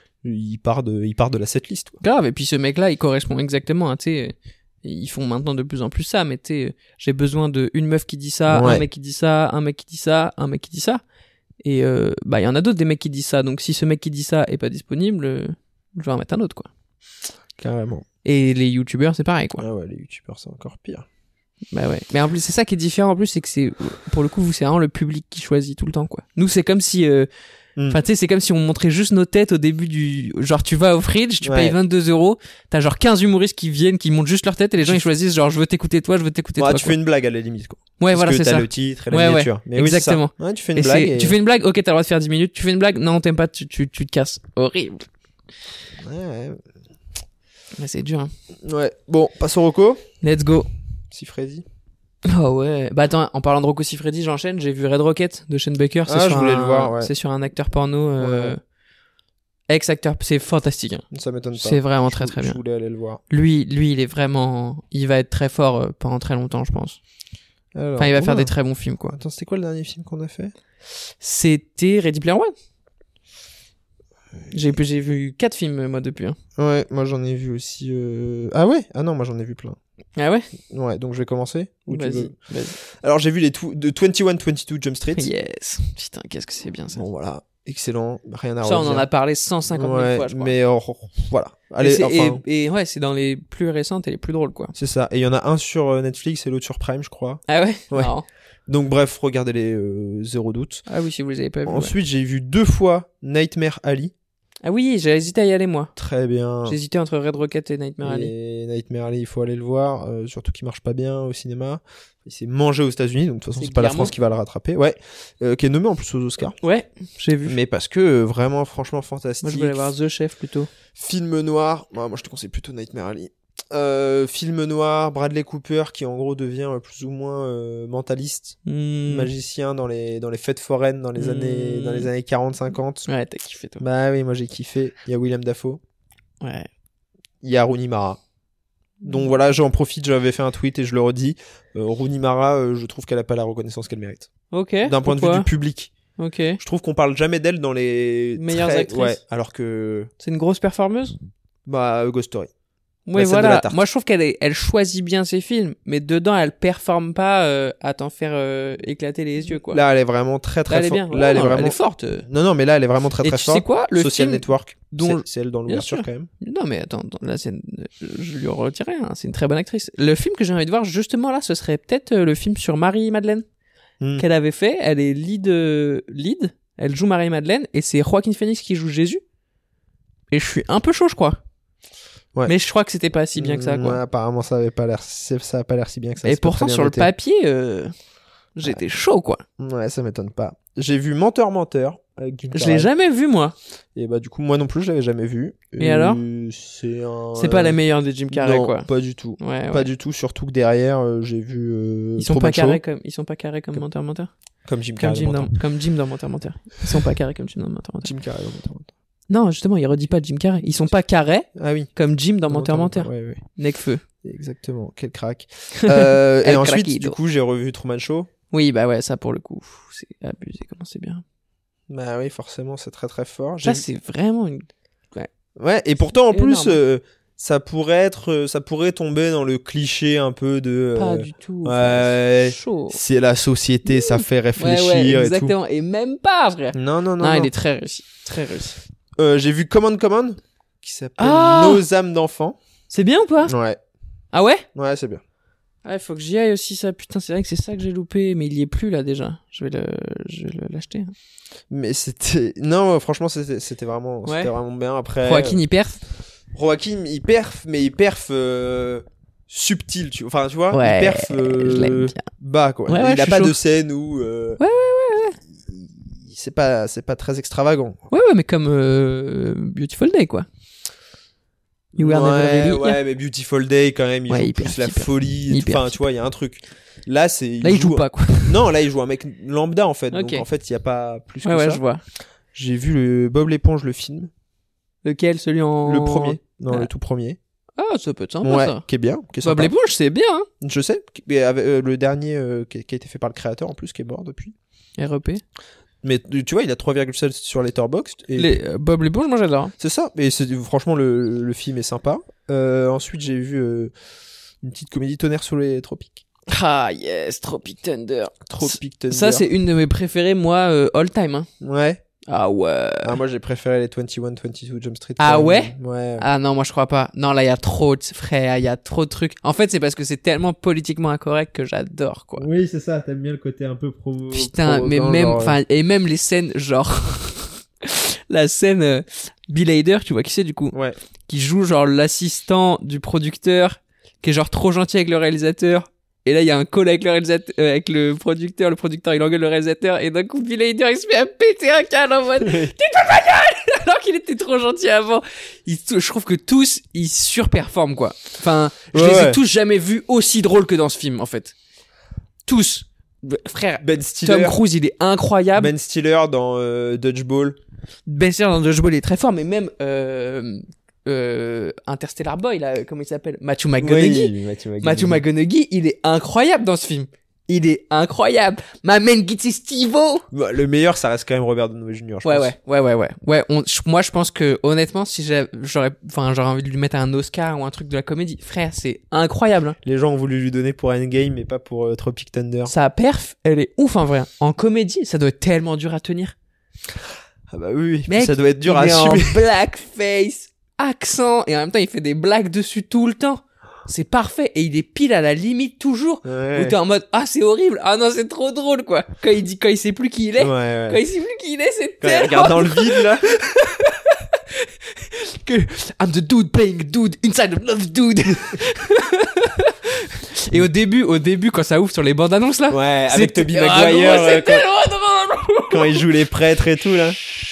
il part de la setlist, quoi. Grave, et puis ce mec-là, il correspond exactement, tu sais... Ils font maintenant de plus en plus ça, mais tu sais, j'ai besoin de une meuf qui dit ça, un mec qui dit ça, un mec qui dit ça, un mec qui dit ça. Et bah il y en a d'autres des mecs qui disent ça donc si ce mec qui dit ça est pas disponible je vais en mettre un autre quoi. Carrément. Et les youtubeurs c'est pareil quoi. Ah ouais les youtubeurs c'est encore pire. Bah ouais mais en plus c'est ça qui est différent en plus c'est que c'est pour le coup vous c'est vraiment le public qui choisit tout le temps quoi. Nous c'est comme si enfin tu sais c'est comme si on montrait juste nos têtes au début du genre tu vas au Fridge tu payes 22€, t'as genre 15 humoristes qui viennent qui montrent juste leur tête et les gens ils choisissent genre je veux t'écouter toi toi. Tu fais une blague à la limite quoi. Ouais, parce voilà, que c'est t'as ça. Le titre et la miniature. Mais exactement. Oui, tu fais une blague. Tu fais une blague, ok, t'as le droit de faire 10 minutes. Tu fais une blague, non, t'aimes pas, tu te casses. Horrible. Ouais. Mais c'est dur, hein. Ouais. Bon, passe au Rocco. Let's go. Si Freddy. Oh ouais. Bah attends, en parlant de Rocco Siffredi, j'enchaîne. J'ai vu Red Rocket de Shane Baker. Je voulais le voir, ouais. C'est sur un acteur porno, ex-acteur. C'est fantastique, hein. Ça m'étonne pas. C'est vraiment très très bien. Je voulais aller le voir. Lui, il est vraiment, il va être très fort pendant très longtemps, je pense. Alors, enfin, il va faire des très bons films, quoi. Attends, c'était quoi le dernier film qu'on a fait? C'était Ready Player One. J'ai vu 4 films, moi, depuis. Hein. Ouais, moi j'en ai vu aussi... Ah ouais? Ah non, moi j'en ai vu plein. Ah ouais? Ouais, donc je vais commencer. Vas-y. Alors j'ai vu les de 21-22 Jump Street. Yes. Putain, qu'est-ce que c'est bien ça. Bon voilà, excellent, rien à ça, redire. on en a parlé 150 000 fois, je crois. Mais voilà. Allez, et ouais, c'est dans les plus récentes et les plus drôles, quoi. C'est ça. Et il y en a un sur Netflix et l'autre sur Prime, je crois. Ah ouais? Ouais. Marrant. Donc bref, regardez-les, zéro doute. Ah oui, si vous les avez pas vus. Ensuite, j'ai vu 2 fois Nightmare Alley. Ah oui, j'ai hésité à y aller, moi. Très bien. J'ai hésité entre Red Rocket et Nightmare Alley. Et Nightmare Alley, il faut aller le voir, surtout qu'il marche pas bien au cinéma. Il s'est mangé aux États-Unis, donc de toute façon c'est pas la Guillermo. France qui va le rattraper. Ouais, qui est nommé en plus aux Oscars. Ouais, j'ai vu. Mais parce que vraiment, franchement, fantastique. Moi, je voulais voir The Chef plutôt. Film noir. Moi, je te conseille plutôt Nightmare Alley. Film noir, Bradley Cooper qui en gros devient plus ou moins mentaliste, magicien dans les fêtes foraines dans les années 40-50. Ouais, t'as kiffé toi. Bah oui, moi j'ai kiffé. Il y a Willem Dafoe, Ouais. il y a Rooney Mara. Donc voilà, j'en profite, j'avais fait un tweet et je le redis. Rooney Mara, je trouve qu'elle a pas la reconnaissance qu'elle mérite. Ok. D'un point de vue du public. Ok. Je trouve qu'on parle jamais d'elle dans les Meilleures actrices. Ouais, alors que C'est une grosse performeuse. Ghost Story. Ouais, La scène de voilà. la tarte. Moi, je trouve elle choisit bien ses films, mais dedans, elle performe pas à t'en faire éclater les yeux, quoi. Là, elle est vraiment très Là, elle est forte. bien. Là, elle est Non, vraiment elle est forte. Non, mais là, elle est vraiment très Et très tu forte. sais quoi, le Social film Network, dont- c'est elle dans Bien l'ouverture sûr. quand même. Non, mais attends, la scène, je lui retirais, hein, c'est une très bonne actrice. Le film que j'ai envie de voir, justement, là, ce serait peut-être le film sur Marie-Madeleine qu'elle avait fait. Elle est lead. Elle joue Marie-Madeleine et c'est Joaquin Phoenix qui joue Jésus. Et je suis un peu chaud, je crois. Ouais. Mais je crois que c'était pas si bien que ça, quoi. Ouais, apparemment, ça a pas l'air si bien que ça. Et c'est pas pourtant, très bien sur le noté. papier, j'étais chaud, quoi. Ouais, ça m'étonne pas. J'ai vu Menteur avec Jim Je Carrey. l'ai jamais vu, moi. Et bah du coup, moi non plus, je l'avais jamais vu. Et alors C'est pas la meilleure des Jim Carrey, non, quoi. pas du tout. Ouais, Pas ouais. du tout, surtout que derrière, j'ai vu Ils sont Truman pas Show, carrés comme Menteur. comme Jim Comme Carrey. Jim dans Menteur. Ils sont pas carrés comme Jim dans Menteur. Jim Carrey dans Menteur. Non, justement, il redit pas Jim Carrey. Ils sont pas carrés Ah oui. comme Jim dans Menteur. Ouais, ouais. Necfeu. Exactement, quel crack. Et ensuite, craquito. du coup, j'ai revu Truman Show. Oui, bah ouais, ça pour le coup, c'est abusé comment c'est bien. Bah oui, forcément, c'est très très fort. Ça, c'est vraiment une... Ouais, et pourtant, en plus, énorme. ça pourrait tomber dans le cliché un peu de... Pas du tout. ouais, Chaud. c'est la société, ça fait réfléchir Ouais, et tout. exactement. Et même pas, frère. Non, non, non. Non, non. il est très réussi. Très réussi. J'ai vu Command, qui s'appelle Ah Nos âmes d'enfants. C'est bien ou pas? Ouais, Ah ouais? ouais, c'est bien. Ouais, faut que j'y aille aussi, ça. Putain, c'est vrai que c'est ça que j'ai loupé, mais il y est plus, là, déjà. Je vais l'acheter. Mais c'était... Non, franchement, c'était vraiment bien. Après, Joaquin, il perf. Joaquin, il perf, mais il perf subtil, enfin, tu vois, Ouais, il perf je l'aime bien. bas, quoi. Ouais, Il je a suis pas chaud. de scène où... C'est pas très extravagant. Ouais, mais comme Beautiful Day, quoi. You Were Never Really. Ouais, mais Beautiful Day, quand même, il Ouais, joue hyper, plus la hyper. folie. Hyper, Enfin, tu vois, il y a un truc. Là, Là, il joue pas, quoi. Non, là, il joue un mec lambda, en fait. Ok. Donc, en fait, il y a pas plus que Ouais, ça. je vois. J'ai vu le Bob l'éponge, le film. Lequel? Celui en... Le premier. Non, Ah. le tout premier. Ah, ça peut être sympa, Ouais, ça. qui est bien. Qui est Bob sympa. l'éponge, c'est bien, hein. Je sais. Mais avec, le dernier qui a été fait par le créateur, en plus, qui est mort depuis. REP. Mais tu vois, il a 3,7 sur Letterboxd. Et Bob l'éponge, moi, j'adore. c'est ça. Et franchement, le film est sympa. Ensuite, j'ai vu une petite comédie Tonnerre sur les tropiques. Ah, yes, Tropic Thunder. Tropic Thunder. Ça, c'est une de mes préférées, moi, all time, hein. Ouais. Ah ouais. Ah, moi, j'ai préféré les 21-22 Jump Street. Ah quand même. ouais? Ouais. Ah non, moi je crois pas. Non, là il y a trop de frère, il y a trop de trucs. En fait, c'est parce que c'est tellement politiquement incorrect que j'adore quoi. Oui, c'est ça, t'aimes bien le côté un peu provo. Putain, mais provocant, même genre, enfin et même les scènes genre la scène Bill Hader, tu vois qui c'est du coup, Ouais. qui joue genre l'assistant du producteur qui est genre trop gentil avec le réalisateur. Et là, il y a un call avec le réalisateur, avec le producteur il engueule le réalisateur, et d'un coup, Bill Hader, il se met à péter un câble en mode, tais-toi ta gueule! Alors qu'il était trop gentil avant. Je trouve que tous, ils surperforment, quoi. Enfin, je les ai tous jamais vus aussi drôles que dans ce film, en fait. Tous. Frère, Ben Stiller. Tom Cruise, il est incroyable. Ben Stiller dans Dodgeball. Ben Stiller dans Dodgeball, il est très fort, mais même, Interstellar Boy, là, comment il s'appelle? Matthew McConaughey. Oui, Matthew McConaughey, il est incroyable dans ce film. Il est incroyable. Ma man Gitty Steve-O. Bah, le meilleur, ça reste quand même Robert Downey Jr. je Ouais, pense. ouais. Moi, je pense que, honnêtement, si j'aurais envie de lui mettre un Oscar ou un truc de la comédie, frère, c'est incroyable, hein. Les gens ont voulu lui donner pour Endgame, mais pas pour Tropic Thunder. Sa perf, elle est ouf, en vrai. En comédie, ça doit être tellement dur à tenir. Ah bah oui, Mec, ça doit être dur il à est en assumer. blackface, accent, et en même temps, il fait des blagues dessus tout le temps. C'est parfait. Et il est pile à la limite toujours. Ouais. Où t'es en mode, ah, c'est horrible. Ah non, c'est trop drôle, quoi. Quand il sait plus qui il est. Ouais. Quand il sait plus qui il est, c'est Quand il tellement regarde dans le vide, là. que I'm the dude playing a dude inside of love dude. Et au début, quand ça ouvre sur les bandes annonces là. Ouais, avec c'était- Tobey Ah, Maguire gros, c'est tellement drôle. quand il joue les prêtres et tout là.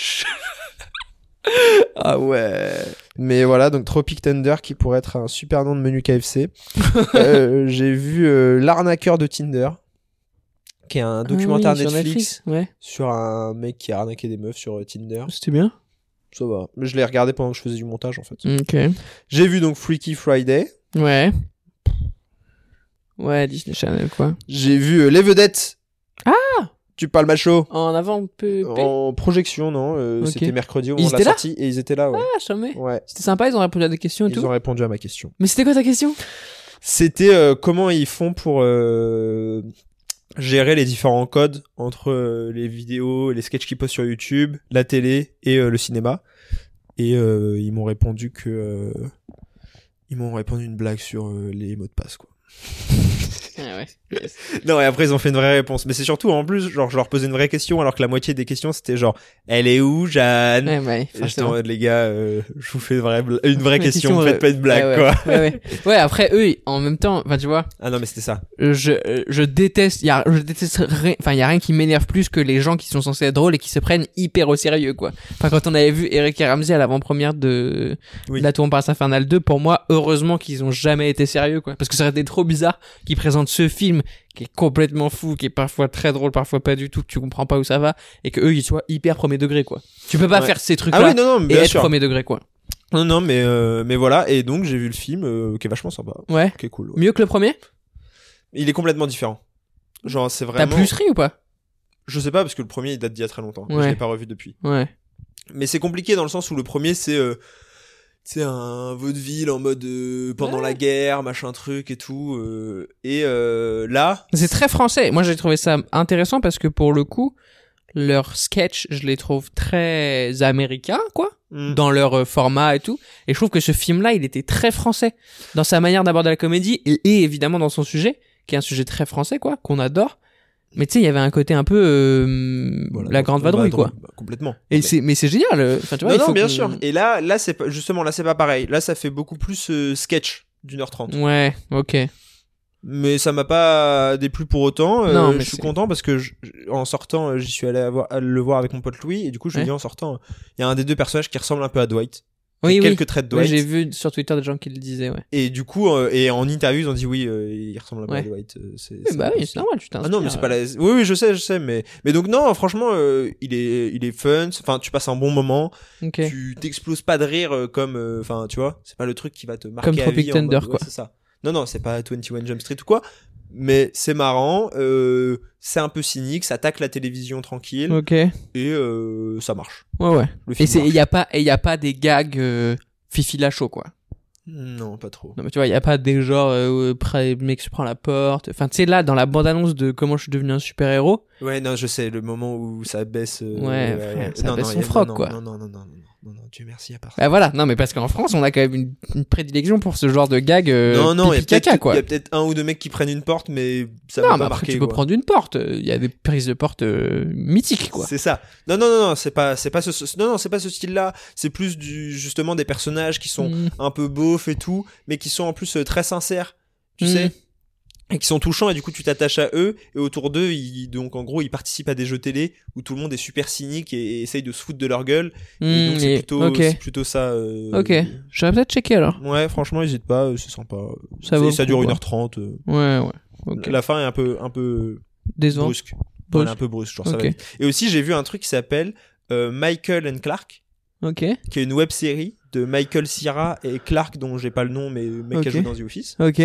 Ah ouais. Mais voilà, donc Tropic Thunder qui pourrait être un super nom de menu KFC. J'ai vu L'arnaqueur de Tinder, qui est un documentaire Ah oui, sur Netflix Ouais, sur un mec qui a arnaqué des meufs sur Tinder. c'était bien. Ça va. Mais je l'ai regardé pendant que je faisais du montage en fait. Ok. J'ai vu donc Freaky Friday. Ouais. Ouais, Disney Channel quoi. J'ai vu Les Vedettes. Ah, tu parles macho. En avant peu. En projection, non. Ok. C'était mercredi au Ils moment de la étaient là sortie et ils étaient là, ouais. Ah, jamais. Ouais. C'était sympa, ils ont répondu à des questions et Ils tout. ont répondu à ma question. Mais c'était quoi ta question? C'était comment ils font pour gérer les différents codes entre les vidéos, les sketchs qu'ils postent sur YouTube, la télé et le cinéma. Et ils m'ont répondu que ils m'ont répondu une blague sur les mots de passe quoi. Ah ouais. Non, et après ils ont fait une vraie réponse. Mais c'est surtout en plus genre je leur posais une vraie question alors que la moitié des questions c'était genre elle est où Jeanne? Ouais, Et j'étais en mode les gars, je vous fais une vraie question, question, faites pas une blague ouais, quoi. Ouais, après eux, en même temps, enfin tu vois, Ah non mais c'était ça. je déteste, il y a rien qui m'énerve plus que les gens qui sont censés être drôles et qui se prennent hyper au sérieux quoi. Enfin quand on avait vu Eric et Ramsey à l'avant-première de La Tour Montparnasse Infernale 2, pour moi, heureusement qu'ils ont jamais été sérieux quoi, parce que ça aurait été trop bizarre qu'ils présentent ce film qui est complètement fou, qui est parfois très drôle, parfois pas du tout, que tu comprends pas où ça va, et que eux ils soient hyper premier degré quoi. Tu peux pas faire ces trucs là Ah oui, non, mais et bien être sûr. premier degré quoi. Non, mais voilà. Et donc, j'ai vu le film qui est vachement sympa. Ouais. Qui est cool. Ouais. Mieux que le premier? Il est complètement différent. Genre, c'est T'as vraiment. plus ri ou pas? Je sais pas, parce que le premier, il date d'il y a très longtemps. Ouais. Je l'ai pas revu depuis. Ouais. Mais c'est compliqué dans le sens où le premier, c'est un vaudeville en mode pendant la guerre, machin truc et tout. Là. C'est très français. Moi, j'ai trouvé ça intéressant parce que pour le coup, leurs sketchs, je les trouve très américains, quoi, dans leur format et tout. Et je trouve que ce film-là, il était très français dans sa manière d'aborder la comédie et évidemment dans son sujet, qui est un sujet très français, quoi, qu'on adore. Mais tu sais, il y avait un côté un peu Voilà, la grande vadrouille, quoi. Complètement. Et mais c'est génial. Enfin, tu vois, Non, il faut non, bien que- sûr. Et là, c'est pas, justement, là, c'est pas pareil. Là, ça fait beaucoup plus sketch d'1h30. Ouais, ok. Mais ça m'a pas déplu pour autant. Non, mais je suis c'est- content parce que en sortant, j'y suis allé à le voir avec mon pote Louis et du coup, je lui ai Ouais. dit en sortant, il y a un des deux personnages qui ressemble un peu à Dwight. Oui, oui. Quelques traits de Ouais, Dwight. j'ai vu sur Twitter des gens qui le disaient, ouais. Et du coup, et en interview, ils ont dit oui, il ressemble un peu à Ouais. Dwight. Oui, bah oui, c'est normal, tu t'inspires. Ah non, mais c'est pas la. Oui, oui, je sais, mais donc non, franchement, il est fun. Enfin, tu passes un bon moment. Ok. Tu t'exploses pas de rire comme, enfin, tu vois, c'est pas le truc qui va te marquer Comme à Tropic vie en Thunder, mode, ouais, quoi. c'est ça. Non, c'est pas 21 Jump Street ou quoi. Mais c'est marrant, c'est un peu cynique, ça attaque la télévision tranquille Ok. et ça marche. Ouais. Le Et film il marche. y a pas des gags Fifi Lachaud, quoi. Non, pas trop. Non, mais tu vois, il y a pas des genres le mec se prend la porte. Enfin, tu sais, là, dans la bande-annonce de Comment je suis devenu un super-héros. Ouais, non, je sais, le moment où ça baisse. Ouais, frère, ça non, baisse non, son y a- froc, non, quoi. Non, Dieu merci, à part ça. Bah voilà, non, mais parce qu'en France, on a quand même une prédilection pour ce genre de gag non, il y a pipi caca, peut-être, quoi. il y a peut-être un ou deux mecs qui prennent une porte, mais ça Non, va mais pas après, marquer. tu peux quoi. prendre une porte. Il y a des prises de porte mythiques, quoi. C'est ça. Non, c'est pas ce style-là. C'est plus justement des personnages qui sont Mm. un peu beaufs et tout, mais qui sont en plus très sincères, tu Mm. sais, et qui sont touchants et du coup tu t'attaches à eux et autour d'eux, donc en gros ils participent à des jeux télé où tout le monde est super cynique et essaye de se foutre de leur gueule. Et donc Ok. c'est plutôt ça. Ok. J'aurais peut-être checké alors. Ouais, franchement, n'hésite pas, c'est sympa. Ça vaut le Ça dure coup, 1h30. Ouais. Ok. La fin est un peu Décevant. brusque. Brusque. Elle est un peu brusque, genre ça Ok. va vite. Et aussi j'ai vu un truc qui s'appelle Michael and Clark, Ok. qui est une web série de Michael Cera et Clark, dont j'ai pas le nom, mais le mec qui a Ok. joué dans The Office, Ok.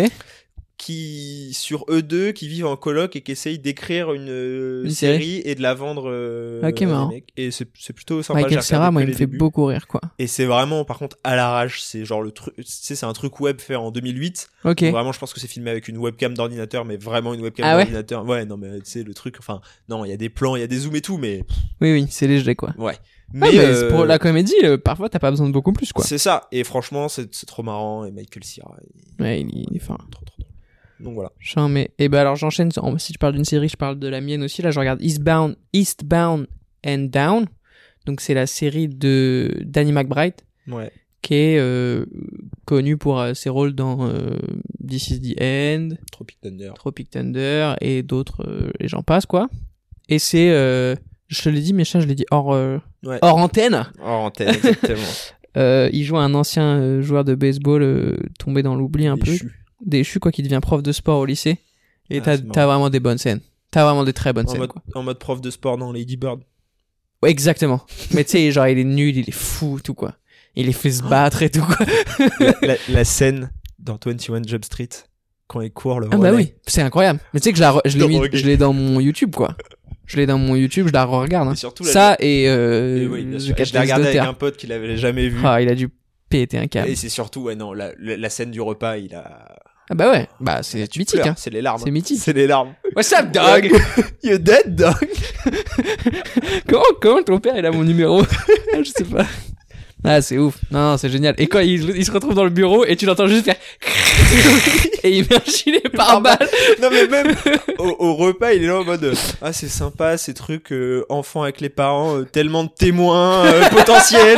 qui sur eux deux, qui vivent en coloc et qui essayent d'écrire une série. série et de la vendre Ok, à des marrant. mecs. Et c'est plutôt sympa. j'ai Michael regardé Cera, moi, que il me les fait débuts. beaucoup rire, quoi. Et c'est vraiment, par contre, à l'arrache. C'est genre le truc, tu sais, c'est un truc web fait en 2008. Ok. Vraiment, je pense que c'est filmé avec une webcam d'ordinateur, mais vraiment une webcam Ah ouais d'ordinateur. Ouais, non, mais tu sais, le truc, enfin, non, il y a des plans, il y a des zooms et tout, mais Oui, c'est léger, quoi. ouais. Mais, pour la comédie, parfois, t'as pas besoin de beaucoup plus, quoi. c'est ça. Et franchement, c'est trop marrant. Et Michael Cera, Ouais, il est fin. trop. Donc voilà. Mais et ben alors j'enchaîne. Si tu parles d'une série, je parle de la mienne aussi. Là, je regarde Eastbound and Down Donc c'est la série de Danny McBride Ouais. qui est connu pour ses rôles dans This Is the End, Tropic Thunder et d'autres, et j'en passe quoi. Et c'est, je te l'ai dit, Mécha, je l'ai dit hors antenne. Hors antenne, exactement. Il joue un ancien joueur de baseball tombé dans l'oubli un peu, déchu quoi, qui devient prof de sport au lycée. Et t'as vraiment des bonnes scènes. T'as vraiment des très bonnes scènes. En mode prof de sport dans Lady Bird. Ouais, exactement. Mais tu sais, genre il est nul, il est fou, tout quoi. Il les fait se battre et tout quoi. la scène dans 21 Jump Street quand il court le relais. Ah bah oui, c'est incroyable. Mais tu sais que je l'ai dans mon YouTube quoi. Je l'ai dans mon YouTube, je la re-regarde. Hein. Surtout ça et oui, je l'ai regardé avec un pote qui l'avait jamais vu. Ah, il a dû péter un câble. Et c'est surtout la scène du repas, il a. Ah bah ouais, bah c'est mythique hein. C'est les larmes. C'est mythique. C'est les larmes. What's up dog? You dead dog? Comment ton père il a mon numéro? Je sais pas. Ah c'est ouf. Non, c'est génial. Et quand il se retrouve dans le bureau et tu l'entends juste faire et il met un gilet pare-balles. Non mais même au repas il est là en mode ah c'est sympa ces trucs enfants avec les parents, tellement de témoins potentiels.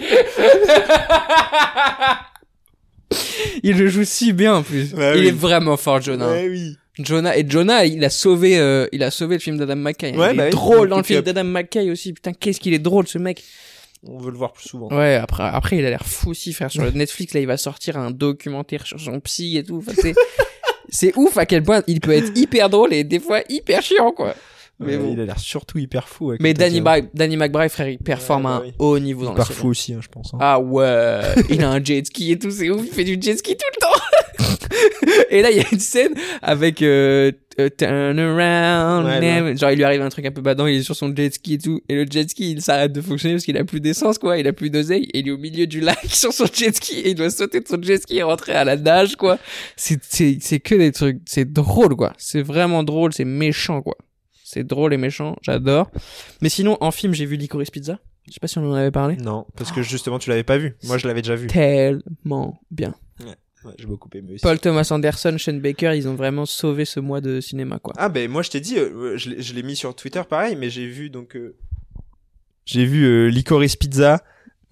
Il le joue si bien en plus. Ouais, il est vraiment fort Jonah. Ouais, oui. Jonah il a sauvé le film d'Adam McKay. Ouais, il est drôle dans le film d'Adam McKay aussi. Putain, qu'est-ce qu'il est drôle ce mec. On veut le voir plus souvent. Ouais, après il a l'air fou aussi, frère. Sur le Netflix là, il va sortir un documentaire sur son psy et tout. Enfin, c'est ouf à quel point il peut être hyper drôle et des fois hyper chiant quoi. Mais bon. Il a l'air surtout hyper fou. Mais Danny McBride, frère, il performe à un haut niveau dans la série. Hyper fou aussi, hein, je pense. Hein. Ah ouais, il a un jet ski et tout, c'est ouf, il fait du jet ski tout le temps. Et là, il y a une scène avec Turn Around, ouais. Genre il lui arrive un truc un peu badant, il est sur son jet ski et tout, et le jet ski il s'arrête de fonctionner parce qu'il a plus d'essence quoi, il a plus d'oseille, et il est au milieu du lac sur son jet ski et il doit sauter de son jet ski et rentrer à la nage quoi. C'est que des trucs, c'est drôle quoi, c'est vraiment drôle, c'est méchant quoi. C'est drôle et méchant, j'adore. Mais sinon, en film, j'ai vu Licorice Pizza. Je sais pas si on en avait parlé. Non, parce que justement, tu l'avais pas vu. Moi, je l'avais déjà vu. Tellement bien. Ouais, j'ai beaucoup aimé aussi. Paul Thomas Anderson, Sean Baker, ils ont vraiment sauvé ce mois de cinéma, quoi. Ah, ben, moi, je t'ai dit, je l'ai mis sur Twitter, pareil, mais j'ai vu, donc, j'ai vu Licorice Pizza,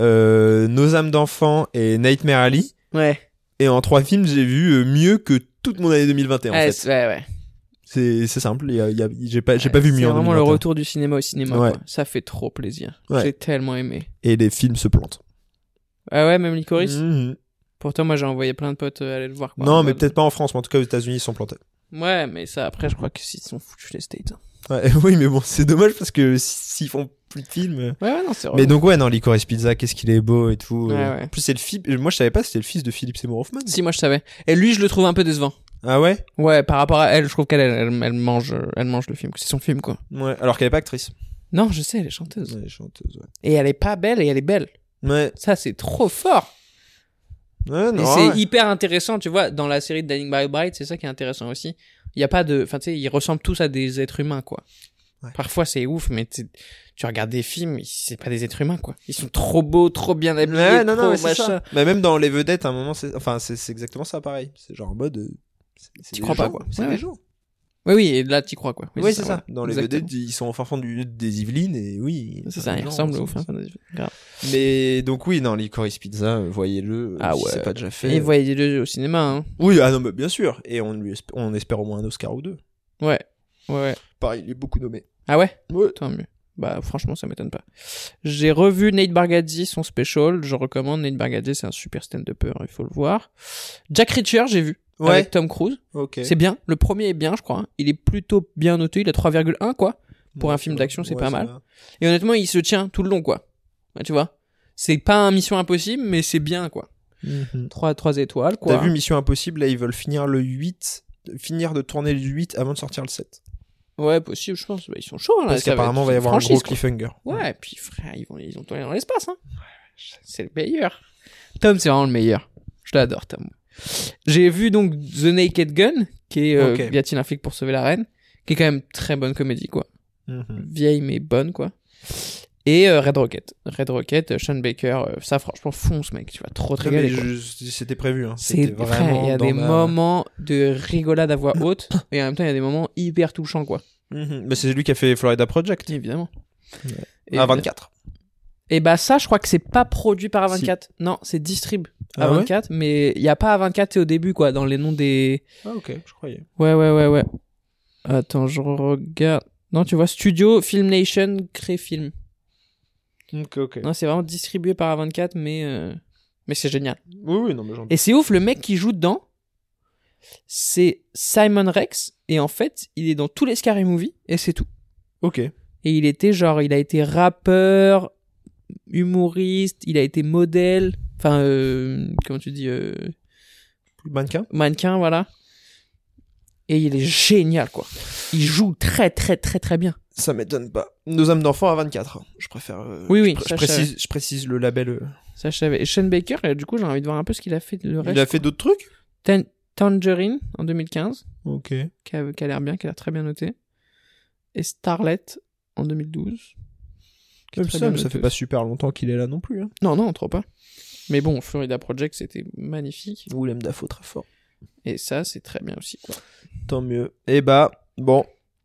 Nos âmes d'enfants et Nightmare Alley. Ouais. Et en 3 films, j'ai vu mieux que toute mon année 2021, en fait. Ouais. C'est simple, j'ai pas vu mieux en 2021. C'est vraiment le retour du cinéma au cinéma, ouais. quoi. Ça fait trop plaisir. Ouais. J'ai tellement aimé. Et les films se plantent. Ah ouais, même Licorice. Mm-hmm. Pourtant, moi, j'ai envoyé plein de potes aller le voir, quoi. Non, mais peut-être pas en France, mais en tout cas aux États-Unis ils sont plantés. Ouais, mais ça, après, je crois que s'ils sont foutus les States. Ouais, oui, mais bon, c'est dommage parce que s'ils font plus de films. Ouais, non, c'est vrai. Mais donc, ouais, non, Licorice Pizza, qu'est-ce qu'il est beau et tout. Ouais. En plus, c'est le fils. Moi, je savais pas, c'était le fils de Philip Seymour Hoffman. Si, moi, je savais. Et lui, je le trouve un peu décevant. Ah ouais? Ouais, par rapport à elle, je trouve qu'elle elle mange le film. C'est son film, quoi. Ouais, alors qu'elle est pas actrice. Non, je sais, elle est chanteuse. Ouais, elle est chanteuse, ouais. Et elle est pas belle et elle est belle. Ouais. Ça, c'est trop fort. Ouais, non. Et c'est hyper intéressant, tu vois, dans la série de Danny McBride, c'est ça qui est intéressant aussi. Il y a pas de, enfin, tu sais, ils ressemblent tous à des êtres humains, quoi. Ouais. Parfois, c'est ouf, mais tu regardes des films, c'est pas des êtres humains, quoi. Ils sont trop beaux, trop bien habillés, ouais, non, trop c'est ça. Mais même dans Les Vedettes, à un moment, c'est exactement ça, pareil. C'est genre en mode, tu crois pas, quoi. C'est des gens. Oui, et là, t'y crois, quoi. Oui, c'est ça. Voilà. Dans Les Vedettes, ils sont au fin fond des Yvelines, et oui. C'est ça, ils ressemblent au fin fond des Yvelines. Grave. Mais, donc oui, non, Licorice Pizza, voyez-le, si c'est pas déjà fait. Et voyez-le au cinéma, hein. Oui, ah non, mais bien sûr. Et on espère au moins un Oscar ou 2. Ouais. Pareil, il est beaucoup nommé. Ah ouais? Ouais. Tant mieux. Bah, franchement, ça m'étonne pas. J'ai revu Nate Bargatze, son special. Je recommande. Nate Bargatze, c'est un super stand-upper, il faut le voir. Jack Reacher, j'ai vu. Ouais. Avec Tom Cruise. Ok. C'est bien. Le premier est bien, je crois. Il est plutôt bien noté. Il a 3,1, quoi. Pour un film d'action, c'est pas mal. Et honnêtement, il se tient tout le long, quoi. Ouais, tu vois. C'est pas un Mission Impossible, mais c'est bien, quoi. 3 étoiles, quoi. T'as vu Mission Impossible, là, ils veulent finir de tourner le 8 avant de sortir le 7. Ouais, possible, je pense. Bah, ils sont chauds, là. Parce qu'apparemment, il va y avoir un gros cliffhanger. Ouais, puis frère, ils ont tourné dans l'espace, hein. C'est le meilleur. Tom, c'est vraiment le meilleur. Je l'adore, Tom. J'ai vu donc The Naked Gun, qui est y a-t-il un flic pour sauver la reine, qui est quand même très bonne comédie, quoi. Vieille mais bonne, quoi. Et Red Rocket, Sean Baker, ça franchement fonce, mec, tu vas trop te régaler. C'était prévu, hein. C'était vraiment. Il y a des moments de rigolade à voix haute, et en même temps il y a des moments hyper touchants, quoi. Mais c'est lui qui a fait Florida Project. Évidemment. À 24. Et bah ça, je crois que c'est pas produit par A24. Non, c'est distrib Ah ouais A24, mais il y a pas A24 au début quoi, dans les noms des. Ah ok, je croyais. Ouais. Attends, je regarde. Non, tu vois, Studio Film Nation crée film. Ok. Non, c'est vraiment distribué par A24, mais c'est génial. Oui, non mais j'en. Et c'est ouf, le mec qui joue dedans, c'est Simon Rex, et en fait, il est dans tous les Scary Movie, et c'est tout. Ok. Et il a été rappeur, humoriste, il a été modèle, enfin, comment tu dis, mannequin, voilà. Et il est génial, quoi. Il joue très, très, très, très bien. Ça m'étonne pas. Nos âmes d'enfant à 24. Je préfère. Oui, je précise le label. Ça, je savais. Et Sean Baker, et du coup, j'ai envie de voir un peu ce qu'il a fait le reste. Il a fait d'autres trucs. Tangerine en 2015, Ok. qui a l'air bien, qui a l'air très bien noté. Et Starlet en 2012. qui est très bien Ça noté fait pas aussi. super longtemps qu'il est là non plus. Hein. Non, trop pas. Mais bon, Florida Project, c'était magnifique. Willem Dafoe très fort. Et ça, c'est très bien aussi, quoi. Tant mieux. Et bah bon.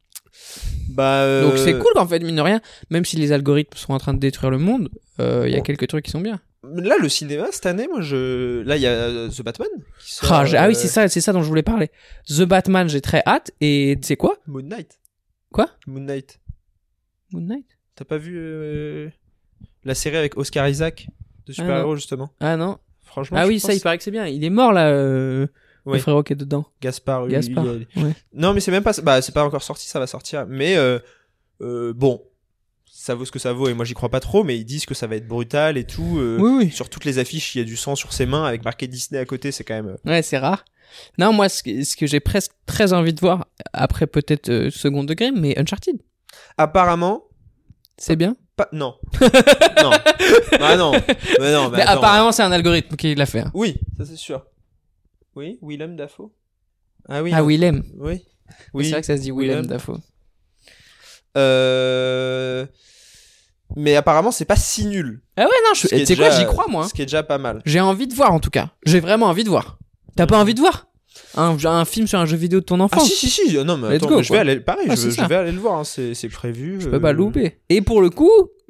Donc c'est cool qu'en fait, mine de rien, même si les algorithmes sont en train de détruire le monde, il y a quelques trucs qui sont bien. Là, le cinéma cette année, là, il y a The Batman. Qui sort, Ah oui, c'est ça dont je voulais parler. The Batman, j'ai très hâte. Et tu sais quoi? Moon Knight. Quoi? Moon Knight. Moon Knight? T'as pas vu la série avec Oscar Isaac de super-héros justement? Ah non. Franchement. Ah oui, ça, il paraît que c'est bien. Il est mort là, Ouais. le frérot qui est dedans. Gaspard. Ouais. Non, mais c'est même pas. Bah, c'est pas encore sorti, ça va sortir. Mais bon, ça vaut ce que ça vaut. Et moi, j'y crois pas trop. Mais ils disent que ça va être brutal et tout. Oui. Sur toutes les affiches, il y a du sang sur ses mains avec marqué Disney à côté. C'est quand même. Ouais, c'est rare. Non, moi, ce que j'ai presque très envie de voir, après peut-être second degré, mais Uncharted. Apparemment. C'est bien. Non. Non. Bah non. Mais non. Mais attends. apparemment, c'est un algorithme qui l'a fait. Hein. Oui, ça c'est sûr. Oui, Willem Dafoe. Ah oui. Ah, Willem. Oui. Oui. C'est vrai que ça se dit Willem Willem. Dafoe. Mais apparemment, c'est pas si nul. Ah ouais, non, tu sais quoi, j'y crois, moi. Ce qui est déjà pas mal. J'ai envie de voir, en tout cas. J'ai vraiment envie de voir. T'as pas envie de voir un film sur un jeu vidéo de ton enfant? Ah si. Non, mais Let's attends, go, mais je vais aller, pareil, Ah, je c'est ça. vais aller le voir, hein. C'est prévu. Je peux pas louper. Et pour le coup,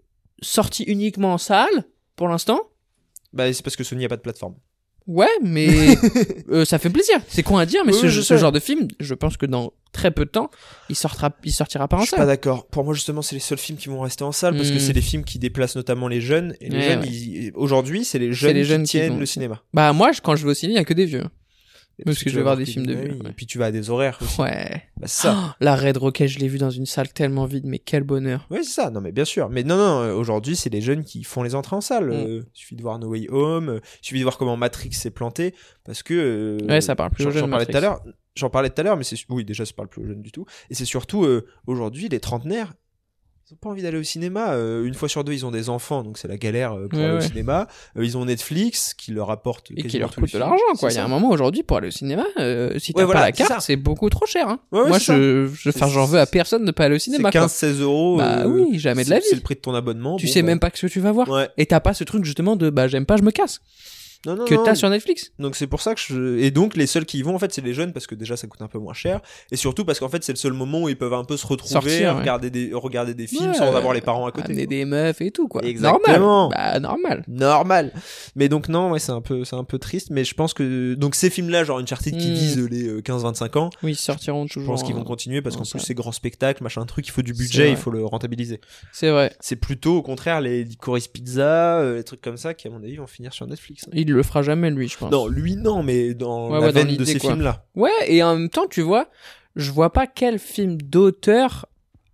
sorti uniquement en salle, pour l'instant. Bah, c'est parce que Sony a pas de plateforme. Ouais, mais ça fait plaisir. C'est con à dire, mais Oui, je ce sais. genre de film, je pense que dans très peu de temps, il sortira pas en Je suis pas salle. d'accord. Pour moi, justement, c'est les seuls films qui vont rester en salle parce que c'est les films qui déplacent notamment les jeunes. Et les Ouais, jeunes, ouais. aujourd'hui, c'est les jeunes, les jeunes qui qui tiennent vont- le cinéma. Bah moi, quand je vais au ciné, il y a que des vieux. Parce que tu je vais vas voir des que films de oui, vieux. Et puis tu vas à des horaires aussi. Ouais. Bah, c'est ça. Oh, la Red Rocket, je l'ai vu dans une salle tellement vide, mais quel bonheur. Ouais, c'est ça. Non, mais bien sûr. Mais non, aujourd'hui, c'est les jeunes qui font les entrées en salle. Il suffit de voir No Way Home. Il suffit de voir comment Matrix s'est planté. Parce que. Ouais, ça parle plus aux jeunes, J'en parlais Matrix. tout à l'heure. J'en parlais tout à l'heure, mais oui, déjà, ça parle plus aux jeunes du tout. Et c'est surtout, aujourd'hui, les trentenaires, ils ont pas envie d'aller au cinéma. Une fois sur deux, ils ont des enfants, donc c'est la galère pour Ouais, aller au ouais. cinéma. Ils ont Netflix, qui leur apporte Et qui quasiment leur tous les coûte de films. l'argent, quoi. C'est Il y a ça. un moment aujourd'hui, pour aller au cinéma, si t'as Ouais, pas voilà, la c'est carte, ça. c'est beaucoup trop cher, hein. Ouais, Moi, c'est ça. enfin, j'en veux à personne de pas aller au C'est cinéma, quoi. 15-16 euros. Bah oui, jamais de la vie. C'est le prix de ton abonnement. Tu bon, sais bah. même pas ce que tu vas voir. Ouais. Et t'as pas ce truc, justement, de, bah, j'aime pas, je me casse. Non, Que non. t'as sur Netflix. Donc c'est pour ça que et donc les seuls qui y vont en fait c'est les jeunes parce que déjà ça coûte un peu moins cher et surtout parce qu'en fait c'est le seul moment où ils peuvent un peu se retrouver, Sortir, ouais. regarder des films Ouais, sans avoir les parents à côté. Amener des meufs et tout, quoi. Exactement. Normal. Bah, normal. Normal. Mais donc non, ouais, c'est un peu triste mais je pense que donc ces films là genre Uncharted qui visent les 15-25 ans, Oui, ils sortiront je toujours. pense qu'ils vont continuer parce en qu'en plus salle. c'est grand spectacle, machin truc, il faut du C'est budget, vrai. il faut le rentabiliser. C'est vrai. C'est plutôt au contraire les Licorice Pizza, les trucs comme ça qui à mon avis vont finir sur Netflix. Il le fera jamais, lui, je pense. Non, lui non, mais dans Ouais, la ouais, dans veine de l'idée, ces quoi. films là. Ouais, et en même temps, tu vois, je vois pas quel film d'auteur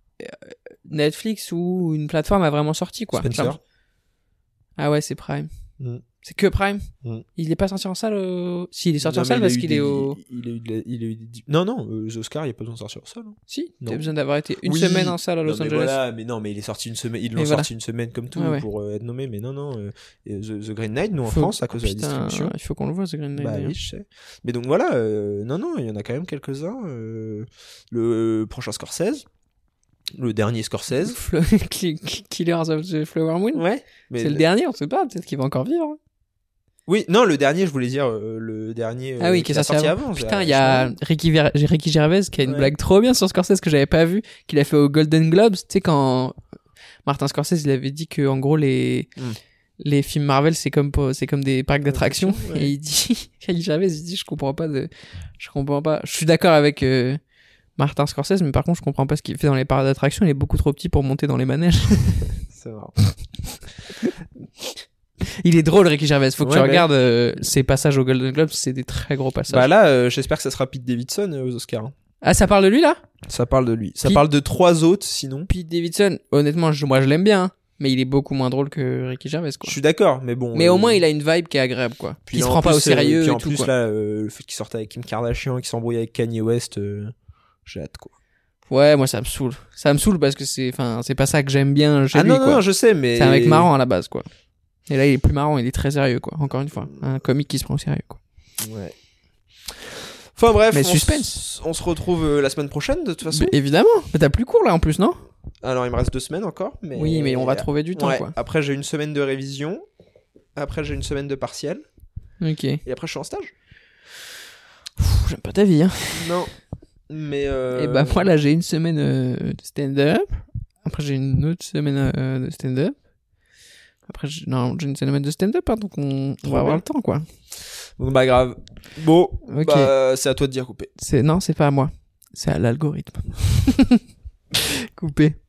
Netflix ou une plateforme a vraiment sorti, quoi. Spencer. Ah ouais, c'est Prime. Mm. C'est que Prime. Mm. Il est pas sorti en salle Si, il est sorti Non, en salle mais parce qu'il est au... il a eu non, les Oscars, il n'y a pas besoin de sortir en salle. Hein. Si, Non. t'as besoin d'avoir été une Oui. semaine en salle à Los Non, mais Angeles. voilà, mais non, mais il est sorti une semaine, ils l'ont Et sorti voilà. une semaine comme tout Ouais, ouais. pour être nommé, mais non, The Green Knight, nous en Faut- France, à cause de la Putain, distribution. il faut qu'on le voit, ce Green Knight. Bah d'ailleurs. oui, je sais. Mais donc voilà, non, il y en a quand même quelques-uns. Le prochain Scorsese, le dernier Scorsese. Killers of the Flower Moon. Ouais. Mais C'est le dernier, on sait pas, peut-être qu'il va encore vivre. hein. Oui, non, le dernier, je voulais dire le dernier. Ah oui, qui est a sorti avant. avant. Putain, il y a Ricky Gervais qui a une Ouais. blague trop bien sur Scorsese que j'avais pas vu, qu'il a fait aux Golden Globes, tu sais, quand Martin Scorsese, il avait dit que en gros les films Marvel c'est comme des parcs d'attractions. Ouais. Et il dit, Ricky Gervais, il dit, je comprends pas. Je suis d'accord avec Martin Scorsese, mais par contre je comprends pas ce qu'il fait dans les parcs d'attractions. Il est beaucoup trop petit pour monter dans les manèges. C'est marrant. Il est drôle, Ricky Gervais. Faut que tu Ouais, regardes ses passages aux Golden Globes, c'est des très gros passages. Bah là, j'espère que ça sera Pete Davidson aux Oscars. Hein. Ah, ça parle de lui là? Ça parle de lui. Ça Pete- parle de 3 autres, sinon. Pete Davidson, honnêtement, moi je l'aime bien, hein, mais il est beaucoup moins drôle que Ricky Gervais, quoi. Je suis d'accord, mais bon. Mais au moins il a une vibe qui est agréable, quoi. Puis Il se en prend pas plus, au sérieux puis et en tout, plus quoi. là, le fait qu'il sorte avec Kim Kardashian, qu'il s'embrouille avec Kanye West, j'ai hâte quoi. Ouais, moi ça me saoule. Ça me saoule parce que c'est pas ça que j'aime bien chez lui, non, quoi. non, je sais, mais. C'est un mec marrant à la base, quoi. Et là il est plus marrant, il est très sérieux, quoi. Encore une fois, un comique qui se prend au sérieux, quoi. Ouais. Enfin bref, Mais suspense. On se retrouve la semaine prochaine de toute façon. Mais évidemment. Mais t'as plus court là en plus, non? Alors il me reste 2 semaines encore, mais. Oui, mais on va trouver du temps, Ouais. quoi. Après j'ai une semaine de révision. Après j'ai une semaine de partiel. Ok. Et après je suis en stage. J'aime pas ta vie, hein. Non. Mais. Et bah moi là j'ai une semaine de stand-up. Après j'ai une autre semaine de stand-up. Après j'ai une semaine de stand-up, hein, donc on va avoir bien. le temps, quoi. Donc bah grave. Bon, Ok. bah c'est à toi de dire couper. Non, c'est pas à moi. C'est à l'algorithme. Coupé.